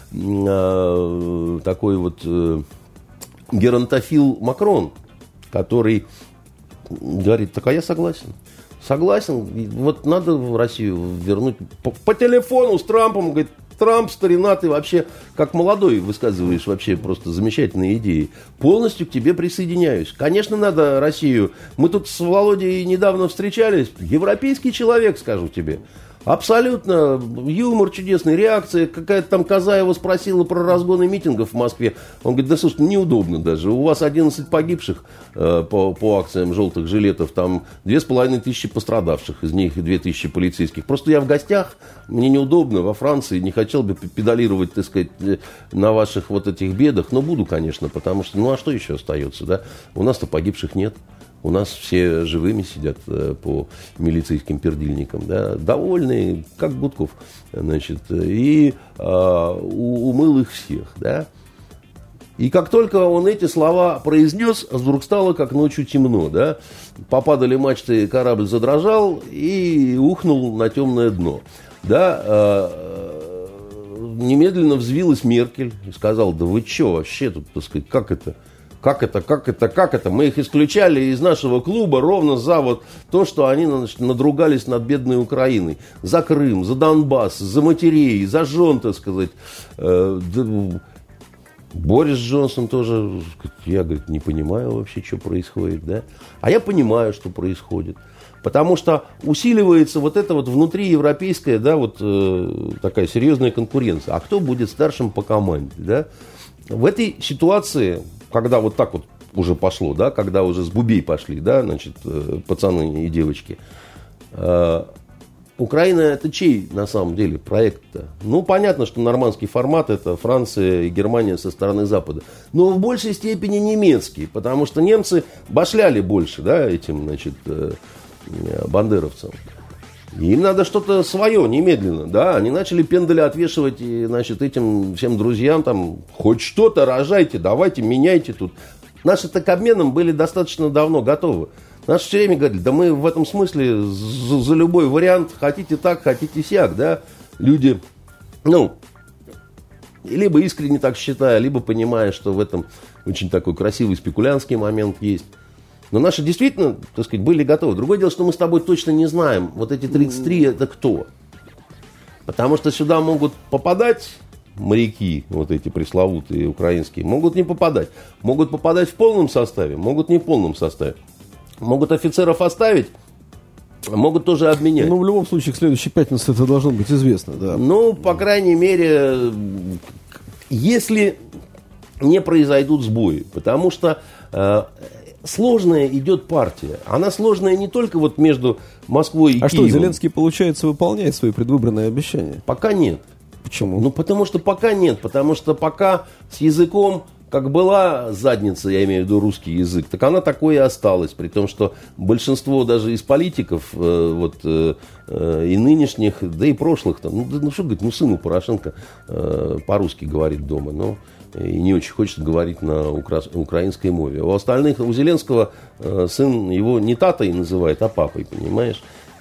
Speaker 3: э, такой вот э, геронтофил Макрон, который говорит: так а я согласен. Согласен, вот надо в Россию вернуть. По, по телефону с Трампом, говорит: Трамп, старина, ты вообще как молодой высказываешь вообще просто замечательные идеи. Полностью к тебе присоединяюсь. Конечно, надо Россию. Мы тут с Володей недавно встречались. Европейский человек, скажу тебе. Абсолютно юмор чудесный, реакция. Какая-то там Казаева спросила про разгоны митингов в Москве. Он говорит: да слушай, неудобно даже. У вас одиннадцать погибших э, по, по акциям желтых жилетов, там две с половиной тысячи пострадавших, из них две тысячи полицейских. Просто я в гостях, мне неудобно во Франции, не хотел бы педалировать, так сказать, на ваших вот этих бедах. Но буду, конечно, потому что, ну а что еще остается, да? У нас-то погибших нет. У нас все живыми сидят э, по милицейским пердильникам, да, довольные, как Гудков, значит, и э, умыл их всех, да. И как только он эти слова произнес, вдруг стало как ночью темно, да. Попадали мачты, корабль задрожал и ухнул на темное дно, да. Э, немедленно взвилась Меркель и сказала: да вы что вообще тут, так сказать, как это? Как это, как это, как это? Мы их исключали из нашего клуба ровно за вот то, что они, значит, надругались над бедной Украиной. За Крым, за Донбасс, за матерей, за жен, так сказать. Борис Джонсон тоже, я, говорит, не понимаю вообще, что происходит, да? А я понимаю, что происходит. Потому что усиливается вот эта вот внутриевропейская, да, вот э, такая серьезная конкуренция. А кто будет старшим по команде, да? В этой ситуации, когда вот так вот уже пошло, да, когда уже с бубей пошли, да, значит, пацаны и девочки, э, Украина — это чей на самом деле проект-то? Ну, понятно, что нормандский формат — это Франция и Германия со стороны Запада. Но в большей степени немецкий, потому что немцы башляли больше, да, этим, значит, э, бандеровцам. Им надо что-то свое немедленно, да, они начали пендаля отвешивать, и, значит, этим всем друзьям там: хоть что-то рожайте, давайте, меняйте тут. Наши-то к обменам были достаточно давно готовы. Наши все время говорили: да мы в этом смысле за, за любой вариант, хотите так, хотите сяк, да, люди, ну, либо искренне так считая, либо понимая, что в этом очень такой красивый спекулянтский момент есть. Но наши действительно, так сказать, были готовы. Другое дело, что мы с тобой точно не знаем, вот эти тридцать три это кто. Потому что сюда могут попадать моряки, вот эти пресловутые украинские, могут не попадать. Могут попадать в полном составе, могут не в полном составе. Могут офицеров оставить, могут тоже обменять.
Speaker 2: Ну, в любом случае, к следующей пятнице это должно быть известно, да.
Speaker 3: Ну, по крайней мере, если не произойдут сбои. Потому что э, сложная идет партия. Она сложная не только вот между Москвой и
Speaker 2: а
Speaker 3: Киевом.
Speaker 2: А что, Зеленский, получается, выполняет свои предвыборные обещания?
Speaker 3: Пока нет.
Speaker 2: Почему?
Speaker 3: Ну, потому что пока нет. Потому что пока с языком, как была задница, я имею в виду русский язык, так она такой и осталась. При том, что большинство даже из политиков, э, вот, э, э, и нынешних, да и прошлых, там, ну, ну что говорит, ну, сыну Порошенко э, по-русски говорит дома, но и не очень хочет говорить на укра- украинской мове. У остальных, у Зеленского э, сын его не татой называет, а папой, понимаешь?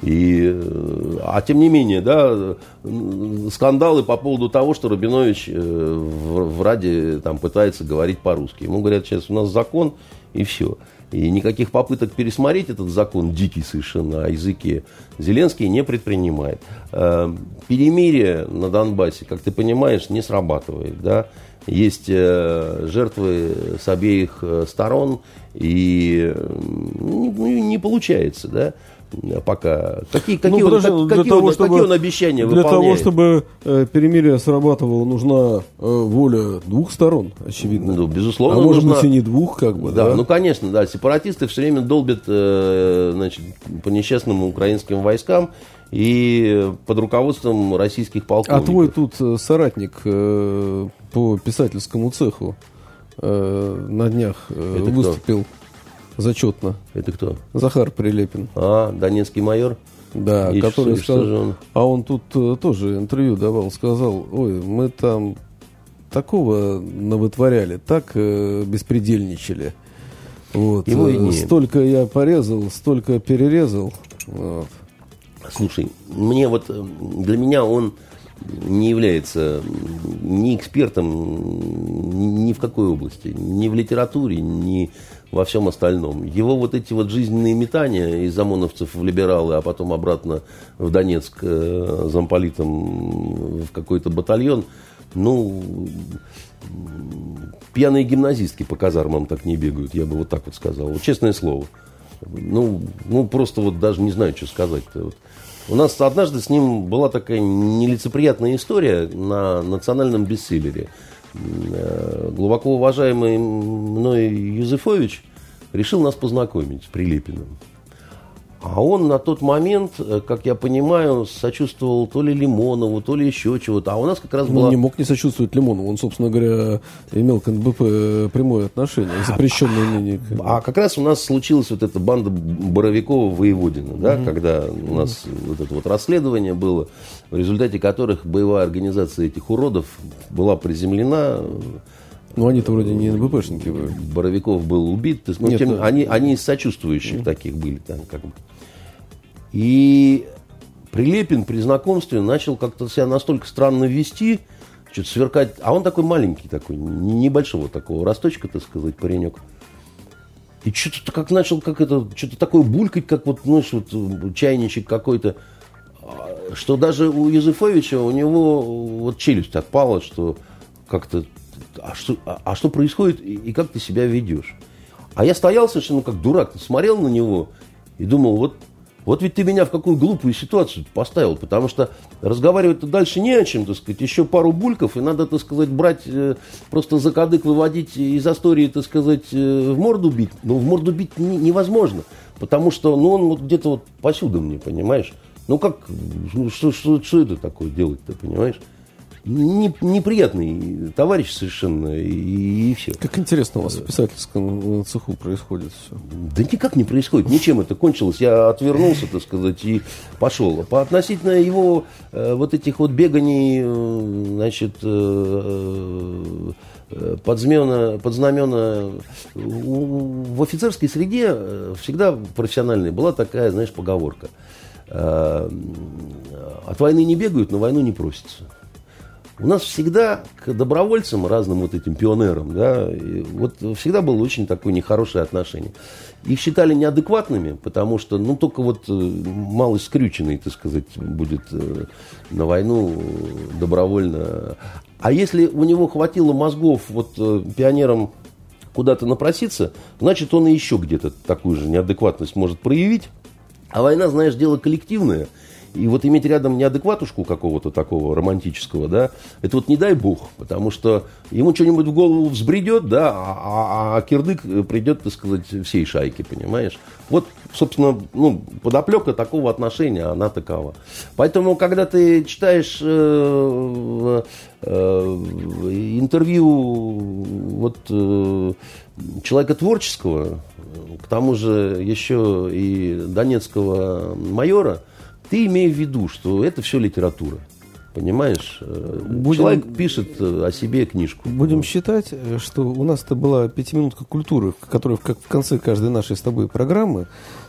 Speaker 3: И, а тем не менее, да, скандалы по поводу того, что Рабинович в, в Раде там, пытается говорить по-русски. Ему говорят, сейчас у нас закон, и все. И никаких попыток пересмотреть этот закон, дикий совершенно, о языке, Зеленский не предпринимает. Перемирие на Донбассе, как ты понимаешь, не срабатывает. Да? Есть жертвы с обеих сторон, и не, не получается, да? Пока. Какие, какие,
Speaker 2: ну,
Speaker 3: он,
Speaker 2: подожди,
Speaker 3: как,
Speaker 2: для
Speaker 3: какие,
Speaker 2: того,
Speaker 3: он,
Speaker 2: чтобы,
Speaker 3: какие он обещания
Speaker 2: для
Speaker 3: выполняет?
Speaker 2: Для того, чтобы э, перемирие срабатывало, нужна э, воля двух сторон, очевидно.
Speaker 3: Ну, безусловно.
Speaker 2: А может
Speaker 3: нужна...
Speaker 2: быть и не двух, как бы.
Speaker 3: Да,
Speaker 2: да?
Speaker 3: ну, конечно, да. Сепаратисты все время долбят э, значит, по несчастным украинским войскам и под руководством российских полковников.
Speaker 2: А твой тут соратник э, по писательскому цеху э, на днях э, выступил... Кто? Зачетно.
Speaker 3: Это кто?
Speaker 2: Захар Прилепин.
Speaker 3: А, донецкий майор?
Speaker 2: Да,
Speaker 3: и
Speaker 2: который
Speaker 3: что,
Speaker 2: сказал...
Speaker 3: Что он?
Speaker 2: А он тут э, тоже интервью давал, сказал, ой, мы там такого навытворяли, так э, беспредельничали. Вот.
Speaker 3: Ему
Speaker 2: э, столько я порезал, столько перерезал. Вот.
Speaker 3: Слушай, мне вот, для меня он не является ни экспертом ни в какой области, ни в литературе, ни во всем остальном. Его вот эти вот жизненные метания из ОМОНовцев в либералы, а потом обратно в Донецк э, замполитом в какой-то батальон, ну, пьяные гимназистки по казармам так не бегают, я бы вот так вот сказал. Вот, честное слово. Ну, ну, просто вот даже не знаю, что сказать-то. Вот. У нас однажды с ним была такая нелицеприятная история на национальном бестселлере. Глубоко уважаемый мной Юзефович решил нас познакомить с Прилепиным. А он на тот момент, как я понимаю, сочувствовал то ли Лимонову, то ли еще чего-то. А у нас как раз
Speaker 2: он
Speaker 3: была...
Speaker 2: не мог не сочувствовать Лимонову. Он, собственно говоря, имел к эн бэ пэ прямое отношение, запрещенное мнение.
Speaker 3: А как раз у нас случилась вот эта банда Боровикова-Воеводина, да, угу. когда у нас угу. вот это вот расследование было, в результате которых боевая организация этих уродов была приземлена.
Speaker 2: Ну, они-то вроде не эн бэ пэшники были.
Speaker 3: Боровиков был убит. То есть, ну, Нет, тем, да. они, они из сочувствующих mm. таких были. Там, как бы. И Прилепин при знакомстве начал как-то себя настолько странно вести, что-то сверкать. А он такой маленький, такой, небольшого такого росточка, так сказать, паренек. И что-то как начал, как это, что-то такое булькать, как вот, знаешь, вот чайничек какой-то. Что даже у Юзефовича, у него вот челюсть отпала, что как-то... А что, а, а что происходит и, и как ты себя ведешь? А я стоял совершенно как дурак, смотрел на него и думал, вот, вот ведь ты меня в какую глупую ситуацию поставил, потому что разговаривать-то дальше не о чем, так сказать, еще пару бульков, и надо, так сказать, брать, э, просто за кадык выводить из истории, так сказать, э, в морду бить. Но в морду бить не, невозможно, потому что, ну, он вот где-то вот посюда мне, понимаешь? Ну, как, ну, что, что, что это такое делать-то, понимаешь? Не, неприятный товарищ совершенно, и, и все.
Speaker 2: Как интересно у вас в писательском цеху происходит все.
Speaker 3: Да никак не происходит, ничем это кончилось. Я отвернулся, так сказать, и пошел. По относительно его э, вот этих вот беганий, э, значит, э, э, под, знамена, под знамена в офицерской среде всегда профессиональной была такая, знаешь, поговорка. Э, от войны не бегают, на войну не просятся. У нас всегда к добровольцам, разным вот этим пионерам, да, вот всегда было очень такое нехорошее отношение. Их считали неадекватными, потому что, ну, только вот малый скрюченный, так сказать, будет на войну добровольно. А если у него хватило мозгов вот пионерам куда-то напроситься, значит, он и еще где-то такую же неадекватность может проявить. А война, знаешь, дело коллективное. И вот иметь рядом неадекватушку какого-то такого романтического, да, это вот не дай бог, потому что ему что-нибудь в голову взбредет, да, а, а, а кирдык придет, так сказать, всей шайки, понимаешь? Вот, собственно, ну, подоплека такого отношения, она такова. Поэтому, когда ты читаешь э, э, интервью вот, э, человека творческого, к тому же еще и донецкого майора, ты имей в виду, что это все литература. Понимаешь? Будем, Человек пишет о себе книжку.
Speaker 2: Будем считать, что у нас-то была пятиминутка культуры, которая как в конце каждой нашей с тобой программы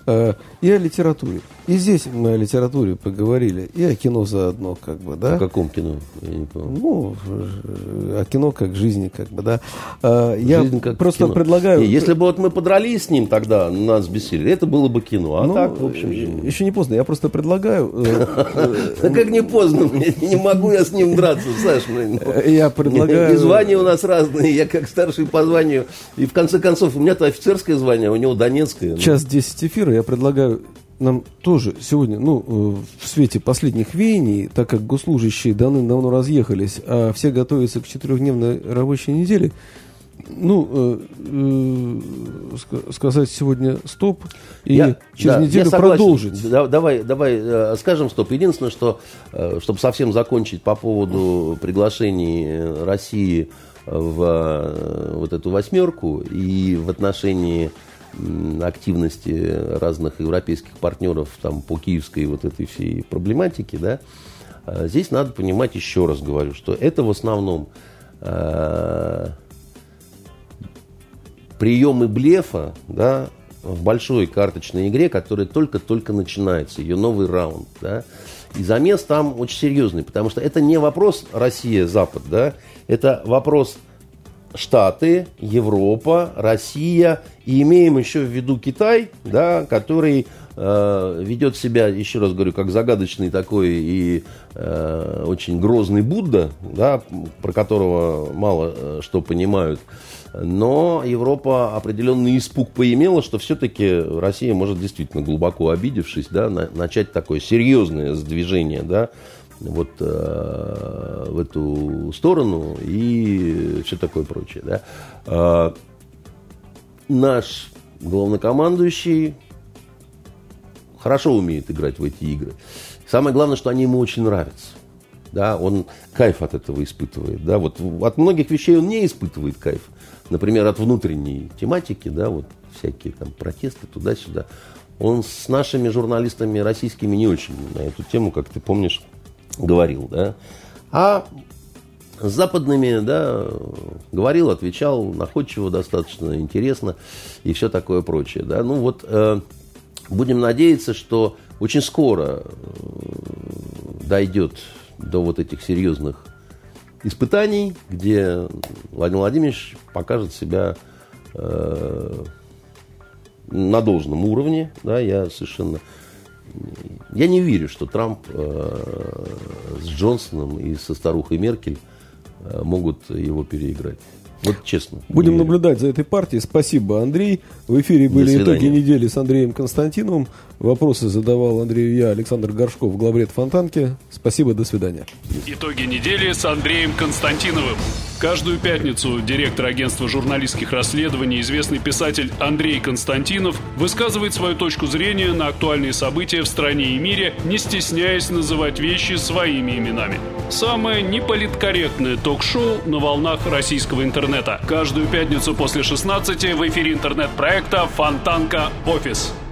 Speaker 2: И о литературе. И здесь мы о литературе поговорили, и о кино заодно, как бы, да.
Speaker 3: О каком кино? Я не помню.
Speaker 2: Ну, о кино как жизни, как бы, да. Я
Speaker 3: Жизнь как
Speaker 2: просто
Speaker 3: кино.
Speaker 2: предлагаю...
Speaker 3: Не, если бы вот мы подрались с ним тогда, нас бесили, это было бы кино. А
Speaker 2: ну,
Speaker 3: так, в общем...
Speaker 2: Еще не поздно, я просто предлагаю...
Speaker 3: Да как не поздно, не могу я с ним драться, Саш.
Speaker 2: Я предлагаю...
Speaker 3: И звания у нас разные, я как старший по званию. И в конце концов, у меня-то офицерское звание, а у него донецкое.
Speaker 2: Час десять эфира, я предлагаю нам тоже сегодня, ну, в свете последних веяний, так как госслужащие давным-давно разъехались, а все готовятся к четырехдневной рабочей неделе, ну, э, э, сказать сегодня стоп и я, через да, неделю продолжить.
Speaker 3: Да, давай, давай э, скажем стоп. Единственное, что, э, чтобы совсем закончить по поводу приглашений России в э, вот эту восьмерку и в отношении активности разных европейских партнеров там, по киевской вот этой всей проблематике, да, здесь надо понимать, еще раз говорю, что это в основном э, приемы блефа, да, в большой карточной игре, которая только-только начинается, ее новый раунд, да, и замес там очень серьезный, потому что это не вопрос Россия-Запад, да, это вопрос Штаты, Европа, Россия, и имеем еще в виду Китай, да, который э, ведет себя, еще раз говорю, как загадочный такой и э, очень грозный Будда, да, про которого мало э, что понимают. Но Европа определенный испуг поимела, что все-таки Россия может действительно глубоко обидевшись, да, на, начать такое серьезное сдвижение, да, вот э, в эту сторону и все такое прочее. Да. Э, наш главнокомандующий хорошо умеет играть в эти игры. Самое главное, что они ему очень нравятся. Да, он кайф от этого испытывает. Да, вот от многих вещей он не испытывает кайф. Например, от внутренней тематики, да, вот всякие там протесты туда-сюда. Он с нашими журналистами российскими не очень на эту тему, как ты помнишь, говорил, да. А с западными, да, говорил, отвечал, находчиво достаточно, интересно и все такое прочее, да. Ну вот э, будем надеяться, что очень скоро э, дойдет до вот этих серьезных испытаний, где Владимир Владимирович покажет себя э, на должном уровне, да, я совершенно... Я не верю, что Трамп э, с Джонсоном и со старухой Меркель э, могут его переиграть. Вот честно.
Speaker 2: Будем наблюдать за этой партией. Спасибо, Андрей. В эфире были итоги недели с Андреем Константиновым. Вопросы задавал Андрею я, Александр Горшков, главред Фонтанки. Спасибо, до свидания.
Speaker 1: Итоги недели с Андреем Константиновым. Каждую пятницу директор агентства журналистских расследований, известный писатель Андрей Константинов, высказывает свою точку зрения на актуальные события в стране и мире, не стесняясь называть вещи своими именами. Самое неполиткорректное ток-шоу на волнах российского интернета. Каждую пятницу после шестнадцати в эфире интернет-проекта «Фонтанка. Офис».